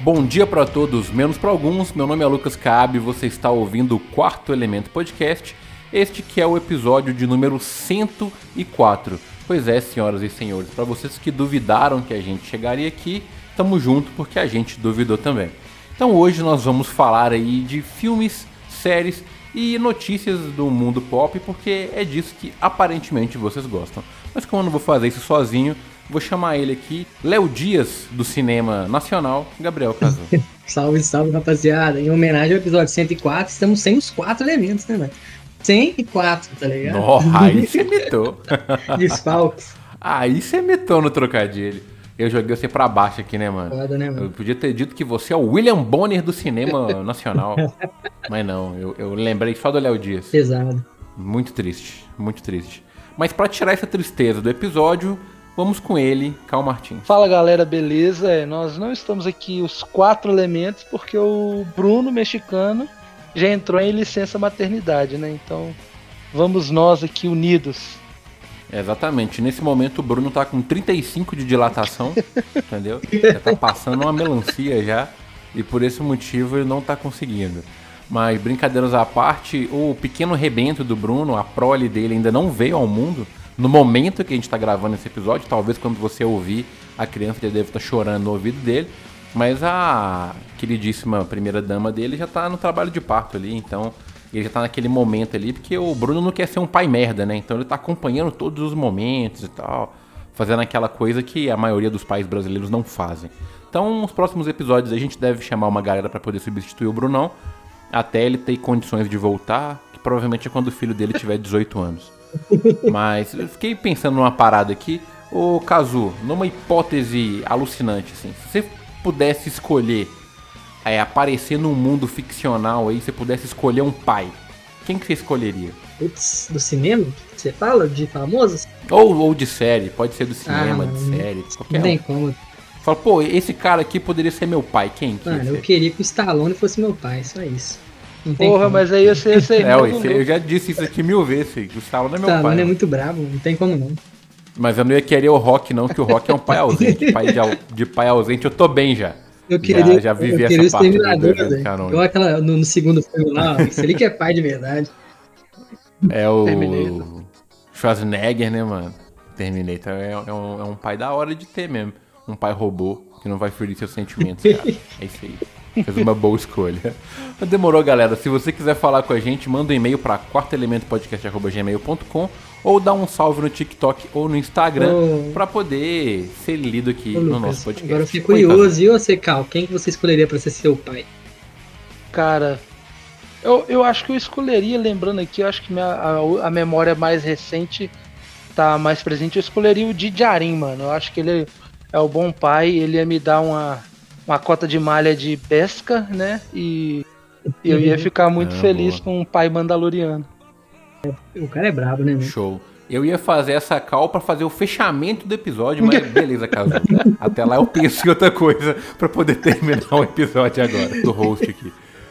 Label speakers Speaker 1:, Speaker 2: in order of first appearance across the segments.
Speaker 1: Bom dia para todos, menos para alguns. Meu nome é Lucas Caab e você está ouvindo o Quarto Elemento Podcast. Este que é o episódio de número 104. Pois é, senhoras e senhores, para vocês que duvidaram que a gente chegaria aqui, tamo junto porque a gente duvidou também. Então hoje nós vamos falar aí de filmes, séries e notícias do mundo pop, porque é disso que aparentemente vocês gostam. Mas como eu não vou fazer isso sozinho, vou chamar ele aqui, Léo Dias, do cinema nacional, Gabriel Cazu.
Speaker 2: Salve, salve, rapaziada. Em homenagem ao episódio 104, estamos sem os 4 elementos, né, velho? 104, tá ligado?
Speaker 1: Nossa, aí você mitou.
Speaker 2: Desfalques.
Speaker 1: Aí você mitou no trocadilho. Eu joguei você pra baixo aqui, né, mano?
Speaker 2: Foda, né, mano?
Speaker 1: Eu podia ter dito que você é o William Bonner do cinema nacional. Mas não, eu lembrei só do Léo Dias.
Speaker 2: Pesado.
Speaker 1: Muito triste, muito triste. Mas pra tirar essa tristeza do episódio, vamos com ele, Cal Martins.
Speaker 3: Fala galera, beleza? Nós não estamos aqui os 4 elementos porque o Bruno, mexicano, já entrou em licença maternidade, né? Então vamos nós aqui unidos.
Speaker 1: Exatamente, nesse momento o Bruno tá com 35 de dilatação, entendeu? Já tá passando uma melancia já, e por esse motivo ele não tá conseguindo. Mas brincadeiras à parte, o pequeno rebento do Bruno, a prole dele ainda não veio ao mundo. No momento que a gente tá gravando esse episódio, talvez quando você ouvir, a criança já deve estar chorando no ouvido dele. Mas a queridíssima primeira dama dele já tá no trabalho de parto ali, então ele já tá naquele momento ali, porque o Bruno não quer ser um pai merda, né? Então ele tá acompanhando todos os momentos e tal, fazendo aquela coisa que a maioria dos pais brasileiros não fazem. Então, nos próximos episódios a gente deve chamar uma galera pra poder substituir o Brunão, até ele ter condições de voltar, que provavelmente é quando o filho dele tiver 18 anos. Mas eu fiquei pensando numa parada aqui. Ô Cazu, numa hipótese alucinante, assim, se você pudesse escolher aparecer num mundo ficcional aí, você pudesse escolher um pai, quem que você escolheria?
Speaker 2: Putz, do cinema? Você fala? De famosos?
Speaker 1: Ou de série, pode ser do cinema, de série, qualquer
Speaker 2: Não tem
Speaker 1: um.
Speaker 2: como.
Speaker 1: Fala, pô, esse cara aqui poderia ser meu pai, quem que ia
Speaker 2: Mano, eu
Speaker 1: ser?
Speaker 2: queria que o Stallone fosse meu pai, só isso. Não tem
Speaker 3: Porra,
Speaker 2: como.
Speaker 3: mas aí você
Speaker 1: Eu já disse isso aqui 1000 vezes, o Stallone é meu
Speaker 2: Stallone
Speaker 1: pai.
Speaker 2: é muito bravo, não tem como não.
Speaker 1: Mas eu não ia querer o Rock não, que o Rock é um pai ausente. De pai ausente eu tô bem já.
Speaker 2: Eu queria,
Speaker 1: já vivi
Speaker 2: eu queria
Speaker 1: essa parte do
Speaker 2: Exterminador,
Speaker 1: evento
Speaker 2: velho.
Speaker 1: canônico.
Speaker 2: Igual aquela no segundo filme lá, ó, ele que é pai de verdade.
Speaker 1: É o
Speaker 3: Terminator.
Speaker 1: Schwarzenegger, né, mano? Terminator é um pai da hora de ter mesmo. Um pai robô que não vai ferir seus sentimentos, cara. É isso aí. Fez uma boa escolha. Demorou, galera. Se você quiser falar com a gente, manda um e-mail para quartoelementopodcast@gmail.com ou dá um salve no TikTok ou no Instagram para poder ser lido aqui no
Speaker 2: Lucas,
Speaker 1: nosso podcast.
Speaker 2: agora eu fiquei curioso. E você, Cal? Quem que você escolheria pra ser seu pai?
Speaker 3: Cara, eu acho que eu escolheria, lembrando aqui, eu acho que a memória mais recente tá mais presente, eu escolheria o Didi Arim, mano. Eu acho que ele é o bom pai, ele ia me dar uma cota de malha de pesca, né? E eu ia ficar muito feliz com um pai mandaloriano.
Speaker 2: O cara é brabo, né, velho?
Speaker 1: Show. Eu ia fazer essa call pra fazer o fechamento do episódio, mas beleza, Caso. Até lá eu penso em outra coisa pra poder terminar o episódio agora, do host aqui.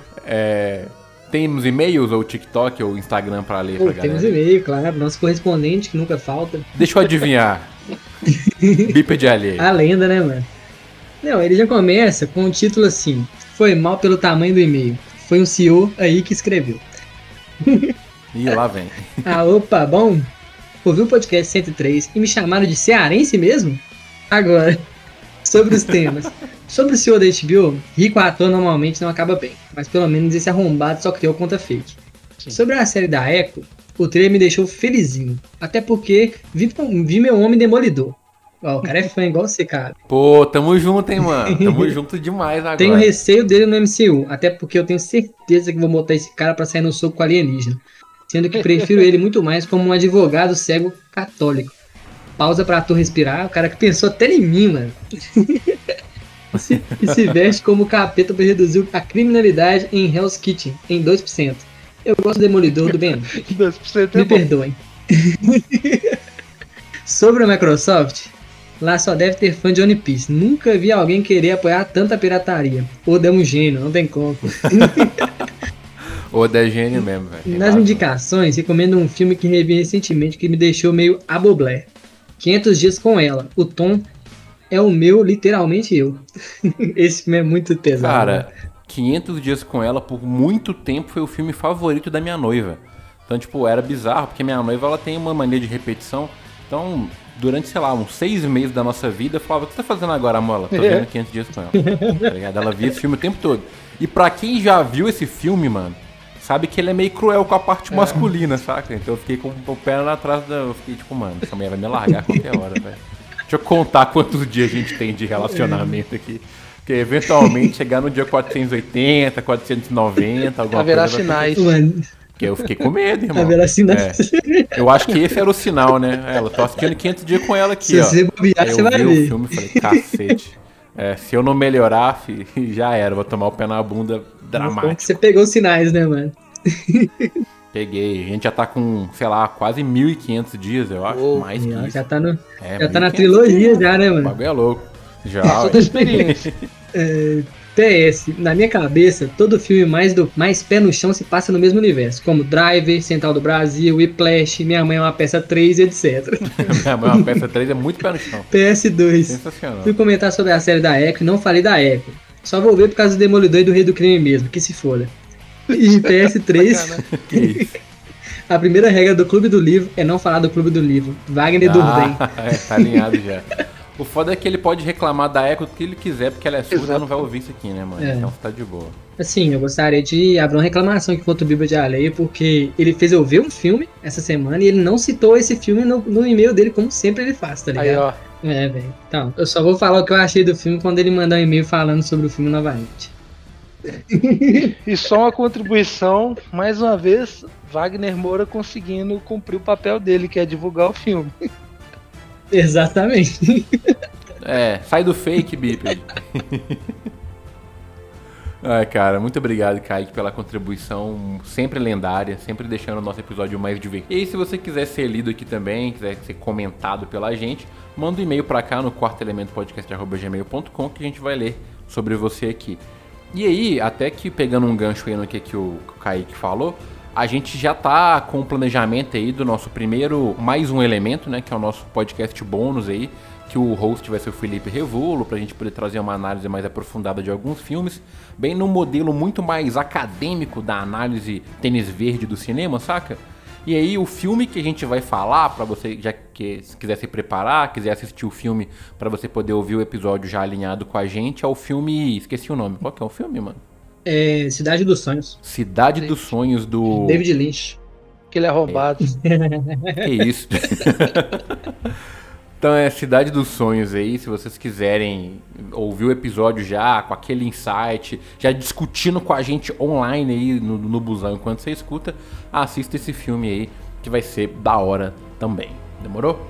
Speaker 1: Temos e-mails ou TikTok ou Instagram pra ler pra galera?
Speaker 2: Temos e-mail, claro. Nosso correspondente, que nunca falta.
Speaker 1: Deixa eu adivinhar. Bípede alheio.
Speaker 2: A lenda, né, mano? Não, ele já começa com um título assim: foi mal pelo tamanho do e-mail. Foi um senhor aí que escreveu.
Speaker 1: Ih, lá vem.
Speaker 2: Opa, bom. Ouvi o podcast 103 e me chamaram de cearense mesmo? Agora, sobre os temas. Sobre o senhor da HBO, rico ator normalmente não acaba bem, mas pelo menos esse arrombado só criou conta fake. Sim. Sobre a série da Echo, o trailer me deixou felizinho, até porque vi meu homem demolidor. Ó, o cara é fã igual você, cara.
Speaker 1: Pô, tamo junto, hein, mano. Tamo junto demais agora.
Speaker 2: Tenho receio dele no MCU, até porque eu tenho certeza que vou botar esse cara pra sair no soco com alienígena. Sendo que prefiro ele muito mais como um advogado cego católico. Pausa pra ator respirar, o cara que pensou até em mim, mano. E se veste como capeta pra reduzir a criminalidade em Hell's Kitchen, em 2%. Eu gosto do Demolidor do Ben.
Speaker 3: 2%
Speaker 2: Me perdoem. Sobre a Microsoft, lá só deve ter fã de One Piece. Nunca vi alguém querer apoiar tanta pirataria. Oda é um gênio, não tem como.
Speaker 1: Oda é gênio mesmo, velho.
Speaker 2: Nas indicações, recomendo um filme que revi recentemente que me deixou meio aboblé. 500 Dias com Ela. O tom é o meu, literalmente eu. Esse filme é muito pesado.
Speaker 1: Cara, 500 Dias com Ela, por muito tempo, foi o filme favorito da minha noiva. Então, tipo, era bizarro, porque minha noiva, ela tem uma mania de repetição. Então, durante, sei lá, uns 6 meses da nossa vida, eu falava, o que você tá fazendo agora, amor? Ela, tô vendo 500 Dias com Ela. Tá ligado? Ela via esse filme o tempo todo. E pra quem já viu esse filme, mano, sabe que ele é meio cruel com a parte masculina, saca? Então eu fiquei com o pé atrás da... Eu fiquei tipo, mano, essa mulher vai me largar a qualquer hora, velho. Deixa eu contar quantos dias a gente tem de relacionamento aqui. Porque eventualmente chegar no dia 480, 490, alguma
Speaker 3: Haverá
Speaker 1: coisa...
Speaker 3: sinais.
Speaker 1: Porque eu fiquei com medo, irmão.
Speaker 2: Haverá sinais.
Speaker 1: Eu acho que esse era o sinal, né? Ela, tô assistindo 500 dias com ela aqui,
Speaker 2: Se
Speaker 1: ó.
Speaker 2: você bobear, você vai
Speaker 1: Eu vi
Speaker 2: ver.
Speaker 1: o filme e falei, cacete. Se eu não melhorar, fi, já era. Vou tomar o pé na bunda dramático.
Speaker 2: Você pegou os sinais, né, mano?
Speaker 1: Peguei. A gente já tá com, sei lá, quase 1.500 dias, eu acho.
Speaker 3: Oh,
Speaker 1: mais que isso.
Speaker 2: Já tá, já tá
Speaker 1: 1.500
Speaker 2: na trilogia
Speaker 1: dias.
Speaker 2: já, né,
Speaker 1: O
Speaker 2: mano?
Speaker 1: bagulho é louco. Já.
Speaker 3: Toda a experiência.
Speaker 2: PS, na minha cabeça, todo filme mais pé no chão se passa no mesmo universo, como Driver, Central do Brasil, Whiplash, Minha Mãe é uma Peça 3, etc.
Speaker 1: Minha mãe é uma peça 3, é muito pé no chão.
Speaker 2: PS2,
Speaker 1: Sensacional.
Speaker 2: fui comentar sobre a série da Echo e não falei da Echo. Só vou ver por causa do Demolidor e do Rei do Crime mesmo, que se foda. E PS3,
Speaker 1: Que isso?
Speaker 2: a primeira regra do Clube do Livro é não falar do Clube do Livro. Wagner Durden.
Speaker 1: Tá alinhado já. O foda é que ele pode reclamar da Echo o que ele quiser, porque ela é surda e não vai ouvir isso aqui, né, mano? Então tá de boa.
Speaker 2: Assim, eu gostaria de abrir uma reclamação aqui contra o Bíblia de Alheio, porque ele fez eu ver um filme essa semana e ele não citou esse filme no e-mail dele, como sempre ele faz, tá ligado?
Speaker 3: Aí, ó.
Speaker 2: Velho. Então, eu só vou falar o que eu achei do filme quando ele mandar um e-mail falando sobre o filme novamente.
Speaker 3: E só uma contribuição, mais uma vez, Wagner Moura conseguindo cumprir o papel dele, que é divulgar o filme.
Speaker 2: Exatamente.
Speaker 1: Sai do fake, Bípede. Ai, cara, muito obrigado, Kaique, pela contribuição sempre lendária, sempre deixando o nosso episódio mais divertido. E se você quiser ser lido aqui também, quiser ser comentado pela gente, manda um e-mail pra cá no quartoelementopodcast@gmail.com que a gente vai ler sobre você aqui. E aí, até que pegando um gancho aí no que o Kaique falou, a gente já tá com o planejamento aí do nosso primeiro Mais Um Elemento, né, que é o nosso podcast bônus aí, que o host vai ser o Felipe Revulo, pra gente poder trazer uma análise mais aprofundada de alguns filmes, bem no modelo muito mais acadêmico da análise tênis verde do cinema, saca? E aí o filme que a gente vai falar, pra você já que se quiser se preparar, quiser assistir o filme pra você poder ouvir o episódio já alinhado com a gente, é o filme, esqueci o nome, qual que é o filme, mano?
Speaker 2: Cidade dos Sonhos.
Speaker 1: Cidade dos Sonhos do...
Speaker 2: David Lynch.
Speaker 3: Que ele é roubado.
Speaker 1: Que isso? Então é Cidade dos Sonhos aí, se vocês quiserem ouvir o episódio já com aquele insight, já discutindo com a gente online aí no busão enquanto você escuta, assista esse filme aí que vai ser da hora também. Demorou?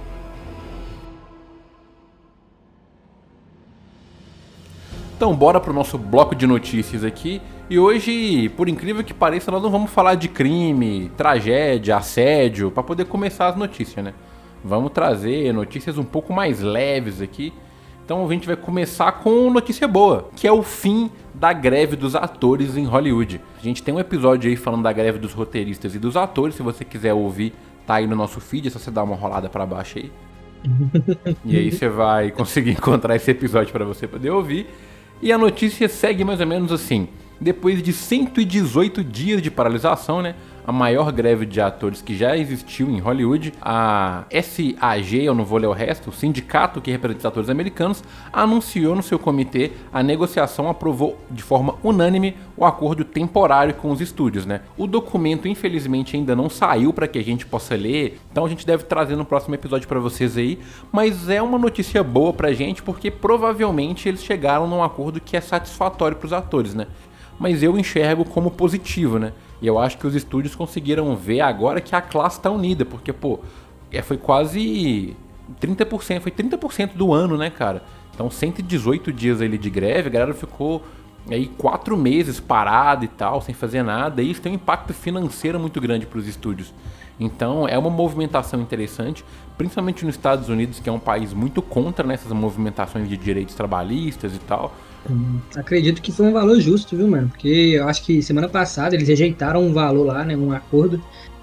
Speaker 1: Então bora pro nosso bloco de notícias aqui. E hoje, por incrível que pareça, nós não vamos falar de crime, tragédia, assédio, para poder começar as notícias, né? Vamos trazer notícias um pouco mais leves aqui. Então a gente vai começar com notícia boa, que é o fim da greve dos atores em Hollywood. A gente tem um episódio aí falando da greve dos roteiristas e dos atores. Se você quiser ouvir, tá aí no nosso feed, é só você dar uma rolada para baixo aí. E aí você vai conseguir encontrar esse episódio para você poder ouvir. E a notícia segue mais ou menos assim. Depois de 118 dias de paralisação, né, a maior greve de atores que já existiu em Hollywood, a SAG, eu não vou ler o resto, o sindicato que representa os atores americanos, anunciou no seu comitê a negociação, aprovou de forma unânime o acordo temporário com os estúdios, né? O documento, infelizmente, ainda não saiu para que a gente possa ler, então a gente deve trazer no próximo episódio para vocês aí, mas é uma notícia boa pra gente, porque provavelmente eles chegaram num acordo que é satisfatório para os atores, né? Mas eu enxergo como positivo, né? E eu acho que os estúdios conseguiram ver agora que a classe tá unida, porque, pô, foi quase 30%, foi 30% do ano, né, cara? Então 118 dias ali de greve, a galera ficou aí 4 meses parada e tal, sem fazer nada, e isso tem um impacto financeiro muito grande para os estúdios. Então é uma movimentação interessante, principalmente nos Estados Unidos, que é um país muito contra nessas movimentações de direitos trabalhistas e tal.
Speaker 2: Acredito que foi um valor justo, viu, mano? Porque eu acho que semana passada eles rejeitaram um valor lá, né? Um acordo.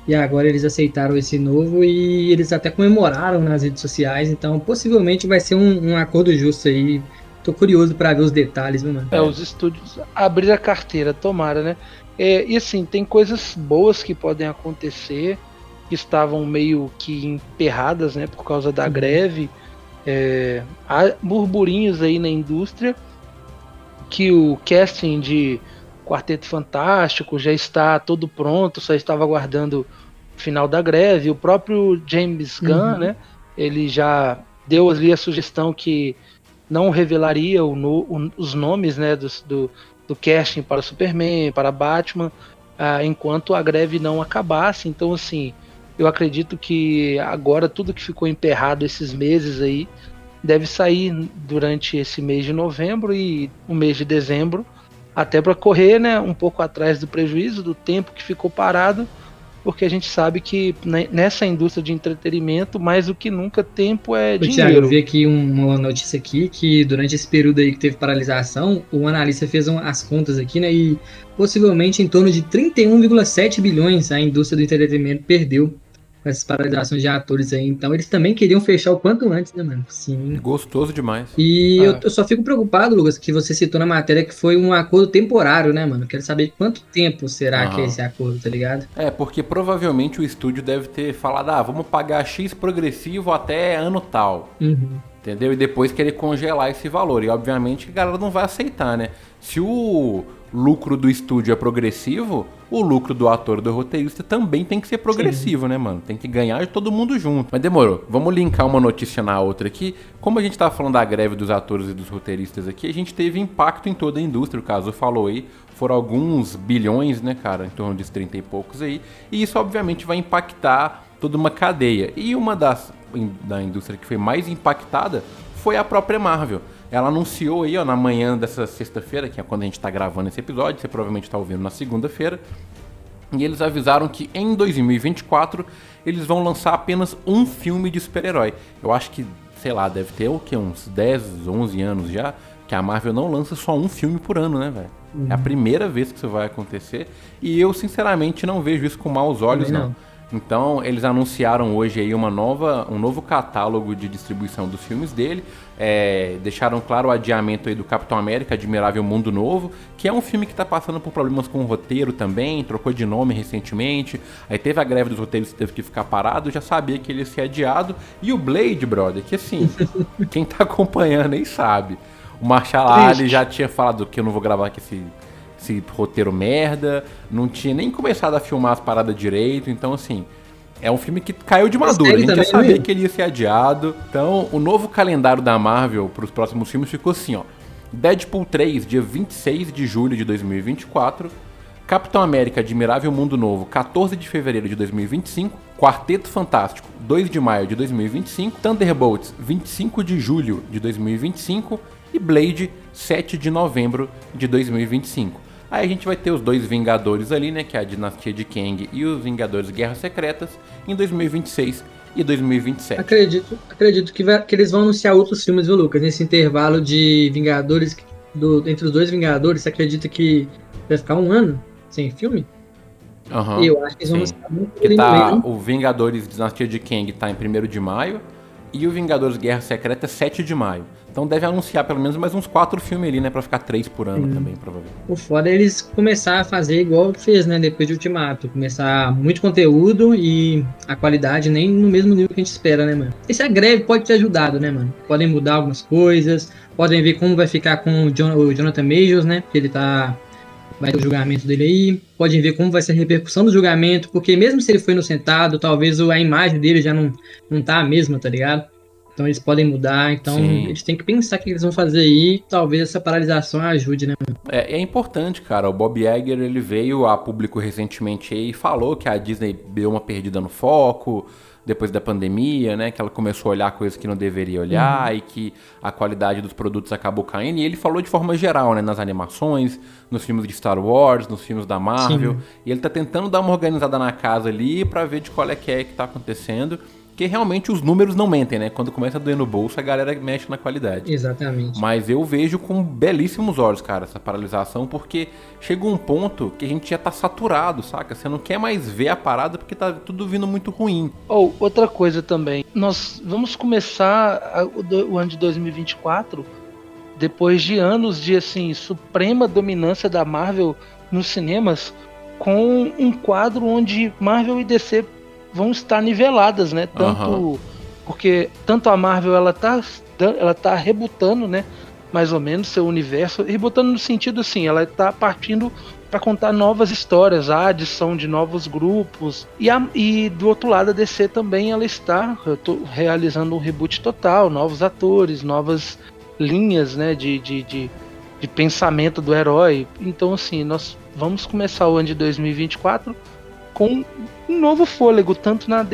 Speaker 2: e agora eles aceitaram esse novo e eles até comemoraram nas redes sociais, então possivelmente vai ser um acordo justo aí. Tô curioso pra ver os detalhes, mano.
Speaker 3: Os estúdios abrir a carteira, tomara, né? E assim, tem coisas boas que podem acontecer, que estavam meio que emperradas, né, por causa da greve. Há burburinhos aí na indústria que o casting de Quarteto Fantástico já está todo pronto, só estava aguardando o final da greve. O próprio James Gunn, né, ele já deu ali a sugestão que não revelaria os nomes, né, do casting para Superman, para Batman, enquanto a greve não acabasse. Então, assim, eu acredito que agora tudo que ficou emperrado esses meses aí deve sair durante esse mês de novembro e o mês de dezembro, até para correr, né, um pouco atrás do prejuízo, do tempo que ficou parado, porque a gente sabe que nessa indústria de entretenimento, mais do que nunca, tempo é dinheiro.
Speaker 2: Thiago, eu vi aqui uma notícia aqui que durante esse período aí que teve paralisação, o analista fez as contas aqui, né, e possivelmente em torno de 31,7 bilhões a indústria do entretenimento perdeu com essas paralisações de atores aí. Então eles também queriam fechar o quanto antes, né, mano? Sim.
Speaker 1: Gostoso demais.
Speaker 2: E eu só fico preocupado, Lucas, que você citou na matéria que foi um acordo temporário, né, mano? Quero saber quanto tempo será que é esse acordo, tá ligado?
Speaker 1: Porque provavelmente o estúdio deve ter falado, vamos pagar X progressivo até ano tal. Entendeu? E depois querer congelar esse valor. E obviamente a galera não vai aceitar, né? Se o lucro do estúdio é progressivo, o lucro do ator e do roteirista também tem que ser progressivo, né, mano? Tem que ganhar de todo mundo junto. Mas demorou. Vamos linkar uma notícia na outra aqui. Como a gente tava falando da greve dos atores e dos roteiristas aqui, a gente teve impacto em toda a indústria. O Caso falou aí, foram alguns bilhões, né, cara? Em torno de 30 e poucos aí. E isso, obviamente, vai impactar toda uma cadeia. E uma da indústria que foi mais impactada foi a própria Marvel. Ela anunciou aí, na manhã dessa sexta-feira, que é quando a gente tá gravando esse episódio, você provavelmente tá ouvindo na segunda-feira, e eles avisaram que em 2024 eles vão lançar apenas um filme de super-herói. Eu acho que, sei lá, deve ter uns 10, 11 anos já, que a Marvel não lança só um filme por ano, né, velho? É a primeira vez que isso vai acontecer, e eu, sinceramente, não vejo isso com maus olhos, não. Então, eles anunciaram hoje aí um novo catálogo de distribuição dos filmes dele. Deixaram claro o adiamento aí do Capitão América, Admirável Mundo Novo, que é um filme que tá passando por problemas com o roteiro também, trocou de nome recentemente. Aí teve a greve dos roteiros que teve que ficar parado, já sabia que ele ia ser adiado. E o Blade, brother, que assim, quem tá acompanhando aí sabe. O Marshall Ali já tinha falado que eu não vou gravar aqui esse roteiro merda, não tinha nem começado a filmar as paradas direito, então assim, é um filme que caiu de madura, a gente já sabia que ele ia ser adiado. Então, o novo calendário da Marvel para os próximos filmes ficou assim, ó: Deadpool 3, dia 26 de julho de 2024, Capitão América Admirável Mundo Novo, 14 de fevereiro de 2025, Quarteto Fantástico, 2 de maio de 2025, Thunderbolts, 25 de julho de 2025 e Blade, 7 de novembro de 2025. Aí a gente vai ter os dois Vingadores ali, né, que é a Dinastia de Kang e os Vingadores Guerras Secretas, em 2026 e 2027.
Speaker 2: Acredito que eles vão anunciar outros filmes, viu, Lucas? Nesse intervalo de Vingadores, entre os dois Vingadores, você acredita que vai ficar um ano sem filme? Eu acho que eles vão anunciar muito
Speaker 1: o Vingadores Dinastia de Kang tá em 1º de maio e o Vingadores Guerra Secreta 7 de maio. Então deve anunciar pelo menos mais uns 4 filmes ali, né? Pra ficar 3 por ano também, provavelmente.
Speaker 2: O foda é eles começar a fazer igual fez, né? Depois de Ultimato. Começar muito conteúdo e a qualidade nem no mesmo nível que a gente espera, né, mano? Essa greve pode ter ajudado, né, mano? Podem mudar algumas coisas. Podem ver como vai ficar com o Jonathan Majors, né? Porque ele vai ter o julgamento dele aí. Podem ver como vai ser a repercussão do julgamento. Porque mesmo se ele foi inocentado, talvez a imagem dele já não tá a mesma, tá ligado? Então eles podem mudar, então eles têm que pensar o que eles vão fazer aí, talvez essa paralisação ajude, né?
Speaker 1: É importante, cara, o Bob Iger, ele veio a público recentemente aí e falou que a Disney deu uma perdida no foco depois da pandemia, né, que ela começou a olhar coisas que não deveria olhar e que a qualidade dos produtos acabou caindo, e ele falou de forma geral, né, nas animações, nos filmes de Star Wars, nos filmes da Marvel, e ele tá tentando dar uma organizada na casa ali pra ver de qual é que tá acontecendo. Porque realmente os números não mentem, né? Quando começa a doer no bolso, a galera mexe na qualidade.
Speaker 2: Exatamente.
Speaker 1: Mas eu vejo com belíssimos olhos, cara, essa paralisação, porque chega um ponto que a gente já tá saturado, saca? Você não quer mais ver a parada porque tá tudo vindo muito ruim.
Speaker 3: Outra coisa também, nós vamos começar o ano de 2024 depois de anos de, assim, suprema dominância da Marvel nos cinemas, com um quadro onde Marvel e DC vão estar niveladas, né? Porque tanto a Marvel ela tá rebutando, né? Mais ou menos seu universo, rebutando no sentido assim, ela tá partindo para contar novas histórias, a adição de novos grupos, e do outro lado a DC também ela está realizando um reboot total, novos atores, novas linhas, né? De pensamento do herói. Então assim, nós vamos começar o ano de 2024 com um novo fôlego, tanto na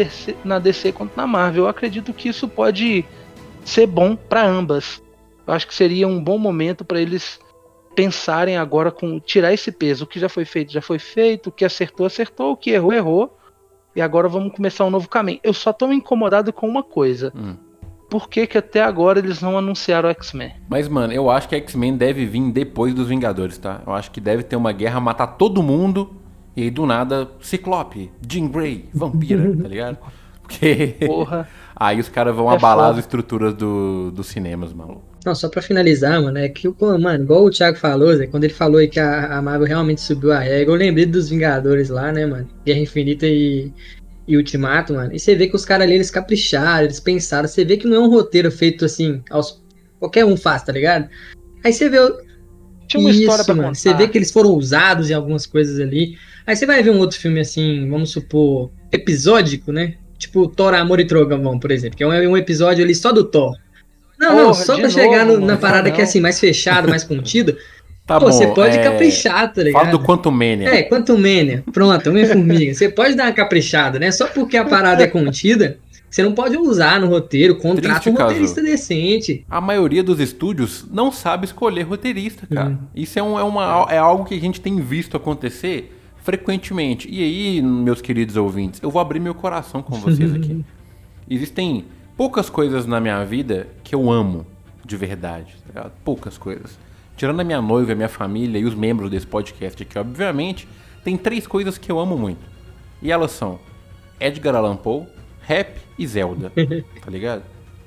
Speaker 3: DC quanto na Marvel. Eu acredito que isso pode ser bom para ambas. Eu acho que seria um bom momento para eles pensarem agora com tirar esse peso. O que já foi feito, o que acertou, o que errou. E agora vamos começar um novo caminho. Eu só tô incomodado com uma coisa. Por que até agora eles não anunciaram o X-Men?
Speaker 1: Mas, mano, eu acho que X-Men deve vir depois dos Vingadores, tá? Eu acho que deve ter uma guerra, matar todo mundo. E aí, do nada, Ciclope, Jean Grey, Vampira, tá ligado? Porque
Speaker 3: Porra.
Speaker 1: aí os caras vão abalar as estruturas dos cinemas, maluco.
Speaker 2: Não, só pra finalizar, mano, é que, mano, igual o Thiago falou, Zé, quando ele falou aí que a Marvel realmente subiu a régua, eu lembrei dos Vingadores lá, né, mano? Guerra Infinita e Ultimato, mano. E você vê que os caras ali, eles capricharam, eles pensaram. Você vê que não é um roteiro feito assim, qualquer um faz, tá ligado? Aí você vê...
Speaker 3: Tinha uma história pra contar.
Speaker 2: Você vê que eles foram usados em algumas coisas ali. Aí você vai ver um outro filme assim, vamos supor, episódico, né? Tipo Thor, Amor e Trovão, por exemplo. Que é um episódio ali só do Thor. Não, só pra chegar na parada que é assim, mais fechada, mais contida.
Speaker 1: Tá bom,
Speaker 2: você pode caprichar, tá ligado?
Speaker 1: Fala do Quantumania.
Speaker 2: Quantumania. Pronto, Homem-Formiga. Você pode dar uma caprichada, né? Só porque a parada é contida, você não pode usar no roteiro, contrata um roteirista decente.
Speaker 1: A maioria dos estúdios não sabe escolher roteirista, cara. Isso é algo que a gente tem visto acontecer frequentemente. E aí, meus queridos ouvintes, eu vou abrir meu coração com vocês aqui. Existem poucas coisas na minha vida que eu amo de verdade, tá ligado? Poucas coisas. Tirando a minha noiva, a minha família e os membros desse podcast aqui, obviamente, tem 3 coisas que eu amo muito. E elas são Edgar Allan Poe, rap e Zelda, tá ligado?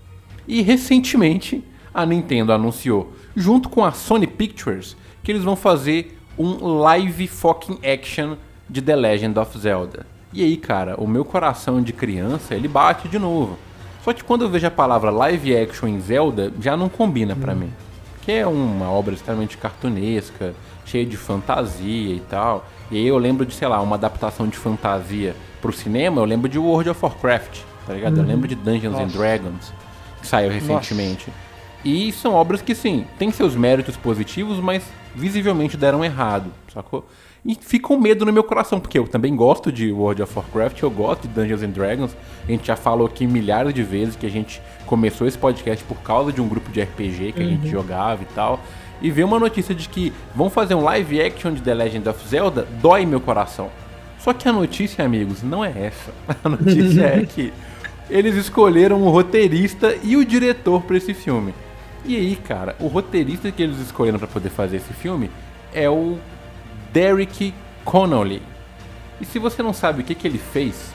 Speaker 1: E recentemente a Nintendo anunciou, junto com a Sony Pictures, que eles vão fazer um live fucking action de The Legend of Zelda. E aí, cara, o meu coração de criança, ele bate de novo. Só que quando eu vejo a palavra live action em Zelda, já não combina pra mim. Que é uma obra extremamente cartunesca, cheia de fantasia e tal. E aí eu lembro de, sei lá, uma adaptação de fantasia pro cinema, eu lembro de World of Warcraft, tá ligado? Eu lembro de Dungeons and Dragons, que saiu recentemente. E são obras que, sim, têm seus méritos positivos, mas visivelmente deram errado, sacou? E fica um medo no meu coração, porque eu também gosto de World of Warcraft, eu gosto de Dungeons and Dragons. A gente já falou aqui milhares de vezes que a gente começou esse podcast por causa de um grupo de RPG que a gente jogava e tal. E ver uma notícia de que vão fazer um live action de The Legend of Zelda dói meu coração. Só que a notícia, amigos, não é essa. A notícia é que eles escolheram o roteirista e o diretor para esse filme. E aí, cara, o roteirista que eles escolheram para poder fazer esse filme é o Derek Connolly. E se você não sabe o que ele fez,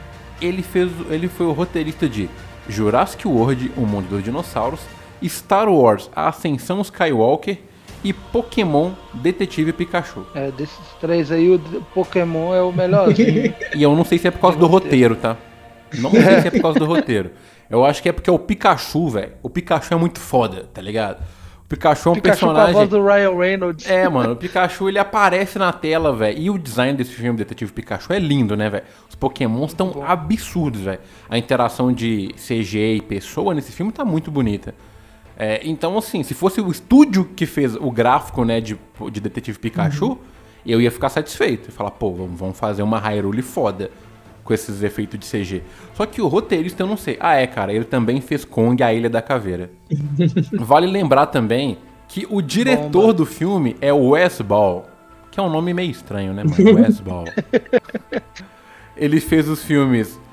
Speaker 1: ele foi o roteirista de Jurassic World, O Mundo dos Dinossauros, Star Wars, A Ascensão Skywalker e Pokémon Detetive Pikachu.
Speaker 3: Desses 3 aí, o Pokémon é o melhorzinho.
Speaker 1: E eu não sei se é por causa do roteiro, tá? Não sei se é por causa do roteiro. Eu acho que é porque o Pikachu, velho. O Pikachu é muito foda, tá ligado? O Pikachu é um personagem...
Speaker 3: com a voz do Ryan Reynolds.
Speaker 1: É, mano, o Pikachu, ele aparece na tela, velho. E o design desse filme, Detetive Pikachu, é lindo, né, velho? Os Pokémons estão absurdos, velho. A interação de CG e pessoa nesse filme tá muito bonita. Então, assim, se fosse o estúdio que fez o gráfico, né, de Detetive Pikachu, eu ia ficar satisfeito. E falar, pô, vamos fazer uma Hyrule foda com esses efeitos de CG. Só que o roteirista eu não sei. Cara, ele também fez Kong, a Ilha da Caveira. Vale lembrar também que o diretor do filme é o Wes Ball, que é um nome meio estranho, né, mano? Wes Ball. Ele fez os filmes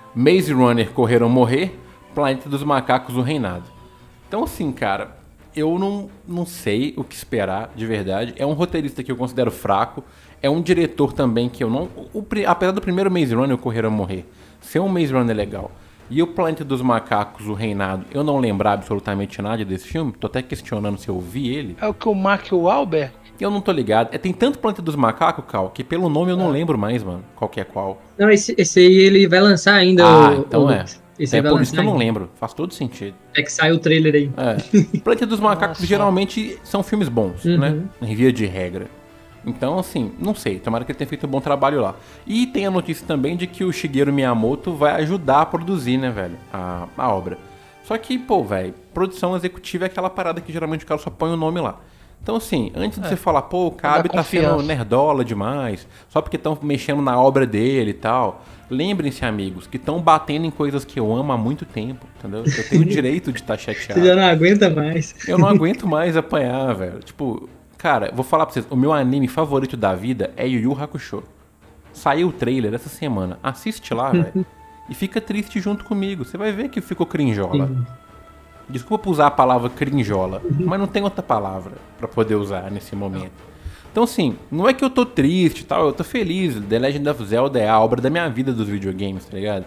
Speaker 1: Maze Runner, Correr ou Morrer, Planeta dos Macacos, O Reinado. Então assim, cara, eu não sei o que esperar de verdade. É um roteirista que eu considero fraco, é um diretor também que eu não... apesar do primeiro Maze Runner, o Correr ou Morrer, ser um Maze Runner legal, e o Planeta dos Macacos, O Reinado, eu não lembrar absolutamente nada desse filme, tô até questionando se eu vi ele.
Speaker 3: É o que o Mark Wahlberg?
Speaker 1: Eu não tô ligado. Tem tanto Planeta dos Macacos, Cal, que pelo nome eu não lembro mais, mano, qual que é qual.
Speaker 2: Não, esse aí ele vai lançar ainda.
Speaker 1: Então é.
Speaker 2: Esse
Speaker 1: É
Speaker 2: vai
Speaker 1: por isso que eu não
Speaker 2: ainda.
Speaker 1: lembro. Faz todo sentido.
Speaker 2: É que saiu o trailer aí.
Speaker 1: Planeta dos Macacos
Speaker 3: Nossa.
Speaker 1: geralmente são filmes bons,
Speaker 2: Uhum.
Speaker 1: né? Em via de regra. Então, assim, não sei. Tomara que ele tenha feito um bom trabalho lá. E tem a notícia também de que o Shigeru Miyamoto vai ajudar a produzir, né, velho? A obra. Só que, pô, velho, produção executiva é aquela parada que geralmente o cara só põe o nome lá. Então, assim, antes de você falar, pô, o Cabe tá sendo nerdola demais, só porque estão mexendo na obra dele e tal. Lembrem-se, amigos, que estão batendo em coisas que eu amo há muito tempo, entendeu? Eu tenho o direito de estar chateado.
Speaker 2: Você já não aguenta mais.
Speaker 1: Eu não aguento mais apanhar, velho. Tipo, cara, vou falar pra vocês, o meu anime favorito da vida é Yu Yu Hakusho. Saiu o trailer essa semana. Assiste lá, velho. E fica triste junto comigo. Você vai ver que ficou crinjola. Desculpa por usar a palavra crinjola, mas não tem outra palavra pra poder usar nesse momento. Então, assim, não é que eu tô triste e tal, eu tô feliz. The Legend of Zelda é a obra da minha vida dos videogames, tá ligado?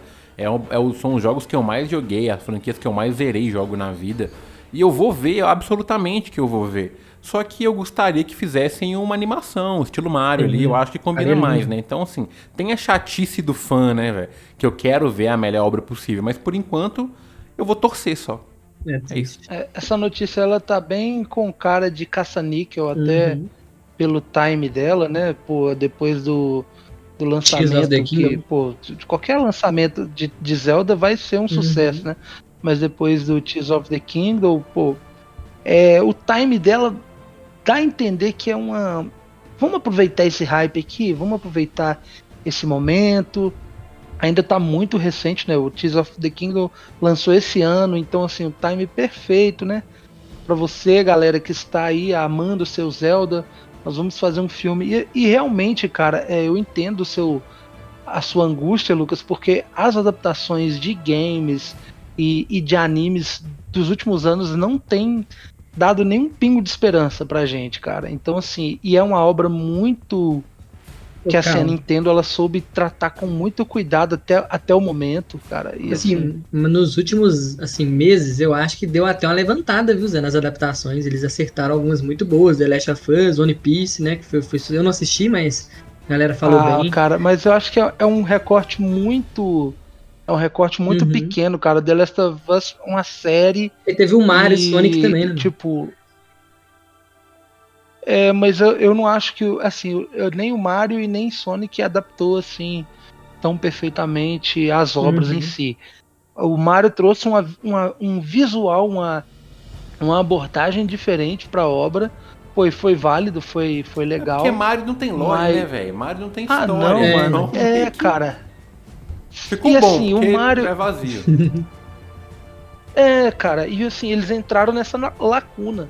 Speaker 1: São os jogos que eu mais joguei, as franquias que eu mais zerei jogo na vida. E eu vou ver, absolutamente que eu vou ver. Só que eu gostaria que fizessem uma animação, estilo Mario ali, eu acho que combina mais, né? Então, assim, tem a chatice do fã, né, velho? Que eu quero ver a melhor obra possível, mas por enquanto eu vou torcer só. É isso.
Speaker 3: Essa notícia, ela tá bem com cara de caça-níquel, até pelo time dela, né? Pô, depois do lançamento, que, pô, de qualquer lançamento de Zelda vai ser um sucesso, né? Mas depois do Tears of the Kingdom, pô, o time dela dá a entender que é uma... Vamos aproveitar esse hype aqui, vamos aproveitar esse momento. Ainda tá muito recente, né? O Tears of the Kingdom lançou esse ano, então assim, o time perfeito, né? Pra você, galera, que está aí amando o seu Zelda, nós vamos fazer um filme. E realmente, cara, eu entendo a sua angústia, Lucas, porque as adaptações de games e de animes dos últimos anos não tem dado nenhum pingo de esperança pra gente, cara. Então, assim, e é uma obra muito... que assim, a Nintendo ela soube tratar com muito cuidado até o momento, cara. E,
Speaker 2: assim, nos últimos meses, eu acho que deu até uma levantada, viu, Zé, nas adaptações. Eles acertaram algumas muito boas, The Last of Us, One Piece, né, que eu não assisti, mas a galera falou bem.
Speaker 3: Cara, mas eu acho que é um recorte muito... É um recorte muito pequeno, cara. The Last of Us, uma série...
Speaker 2: E teve o Mario e Sonic também, né?
Speaker 3: Tipo... mas eu não acho que, assim, nem o Mario e nem Sonic adaptou, assim, tão perfeitamente as obras em si. O Mario trouxe um visual, uma abordagem diferente pra obra. Foi válido, foi legal.
Speaker 1: Porque Mario não tem lore, né, velho? Mario não tem história.
Speaker 3: Não, mano. Cara.
Speaker 1: Ficou
Speaker 3: e
Speaker 1: bom,
Speaker 3: assim,
Speaker 1: porque
Speaker 3: o Mario
Speaker 1: é vazio.
Speaker 3: Cara, e assim, eles entraram nessa lacuna.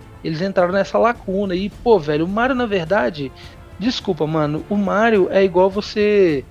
Speaker 3: E, pô, velho, o Mario, na verdade... Desculpa, mano. O Mario é igual você...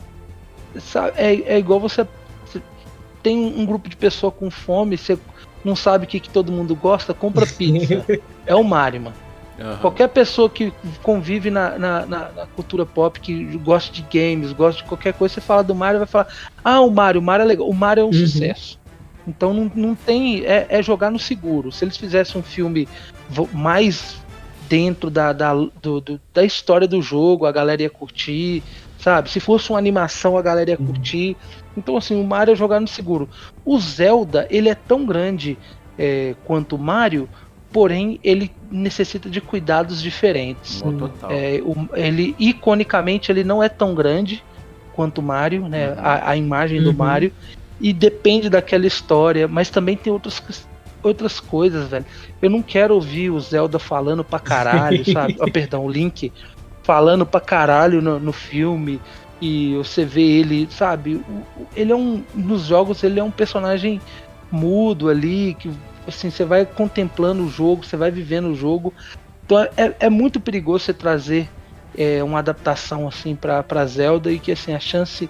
Speaker 3: É igual você tem um grupo de pessoa com fome, você não sabe o que todo mundo gosta, compra pizza. É o Mario, mano. Qualquer pessoa que convive na cultura pop, que gosta de games, gosta de qualquer coisa, você fala do Mario, vai falar: o Mario é legal. O Mario é um sucesso. Então não tem... É jogar no seguro. Se eles fizessem um filme mais dentro da história do jogo, a galera ia curtir, sabe? Se fosse uma animação, a galera ia curtir. Então, assim, o Mario é jogar no seguro. O Zelda, ele é tão grande quanto o Mario, porém, ele necessita de cuidados diferentes.
Speaker 1: Total.
Speaker 3: Ele, iconicamente, ele não é tão grande quanto o Mario, né? A imagem do Mario. E depende daquela história, mas também tem outras coisas, velho. Eu não quero ouvir o Zelda falando pra caralho, sabe? Perdão, o Link falando pra caralho no filme. E você vê ele, sabe? Ele nos jogos ele é um personagem mudo ali, que assim, você vai contemplando o jogo, você vai vivendo o jogo. Então é muito perigoso você trazer uma adaptação assim pra Zelda, e que assim, a chance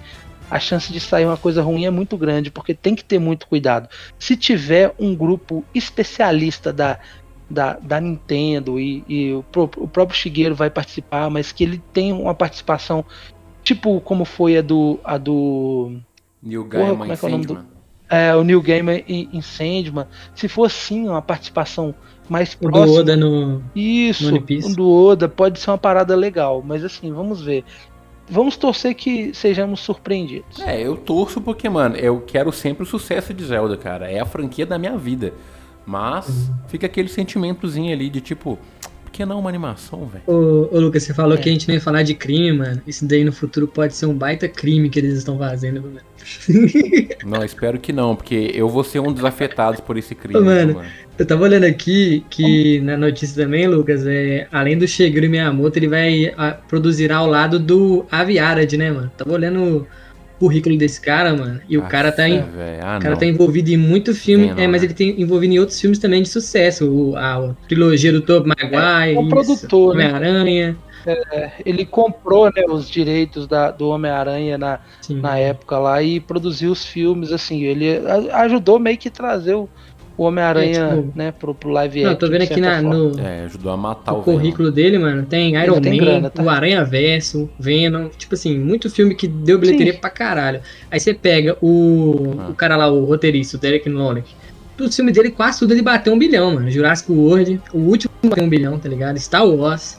Speaker 3: a chance de sair uma coisa ruim é muito grande, porque tem que ter muito cuidado. Se tiver um grupo especialista da Nintendo e o próprio Shigeru vai participar, mas que ele tem uma participação tipo como foi a do
Speaker 1: Neil Gaiman
Speaker 3: e Sandman. O Neil Gaiman em Sandman. Se for assim, uma participação mais próxima.
Speaker 2: Do Oda no
Speaker 3: One Piece. Do Oda pode ser uma parada legal, mas assim, vamos ver. Vamos torcer que sejamos surpreendidos.
Speaker 1: Eu torço porque, mano, eu quero sempre o sucesso de Zelda, cara. É a franquia da minha vida. Mas fica aquele sentimentozinho ali de tipo, por que não uma animação, velho?
Speaker 2: Ô Lucas, você falou que a gente não ia falar de crime, mano. Isso daí no futuro pode ser um baita crime que eles estão fazendo, mano.
Speaker 1: Não, espero que não, porque eu vou ser um dos afetados por esse crime.
Speaker 2: Mano, eu tava olhando aqui que na notícia também, Lucas, além do Shigeru Miyamoto, ele vai produzir ao lado do Avi Arad, né, mano? Tava olhando o currículo desse cara, mano, e o cara tá tá envolvido em muito filme, mas ele tem envolvido em outros filmes também de sucesso, a trilogia do Tobey Maguire,
Speaker 3: o produtor,
Speaker 2: Homem-Aranha.
Speaker 3: Ele comprou, né, os direitos do Homem-Aranha na época lá e produziu os filmes, assim, ele ajudou meio que trazer o Homem-Aranha, né, pro live action.
Speaker 2: Não, tô vendo aqui
Speaker 1: ajudou a matar o
Speaker 2: currículo dele, mano. Tem Iron Man, grana, tá? O Aranha Verso, Venom, tipo assim, muito filme que deu bilheteria pra caralho. Aí você pega o cara lá, o roteirista, o Derek Knowles. O filme dele, quase tudo ele bateu 1 bilhão, mano. Jurassic World, o último bateu 1 bilhão, tá ligado? Star Wars,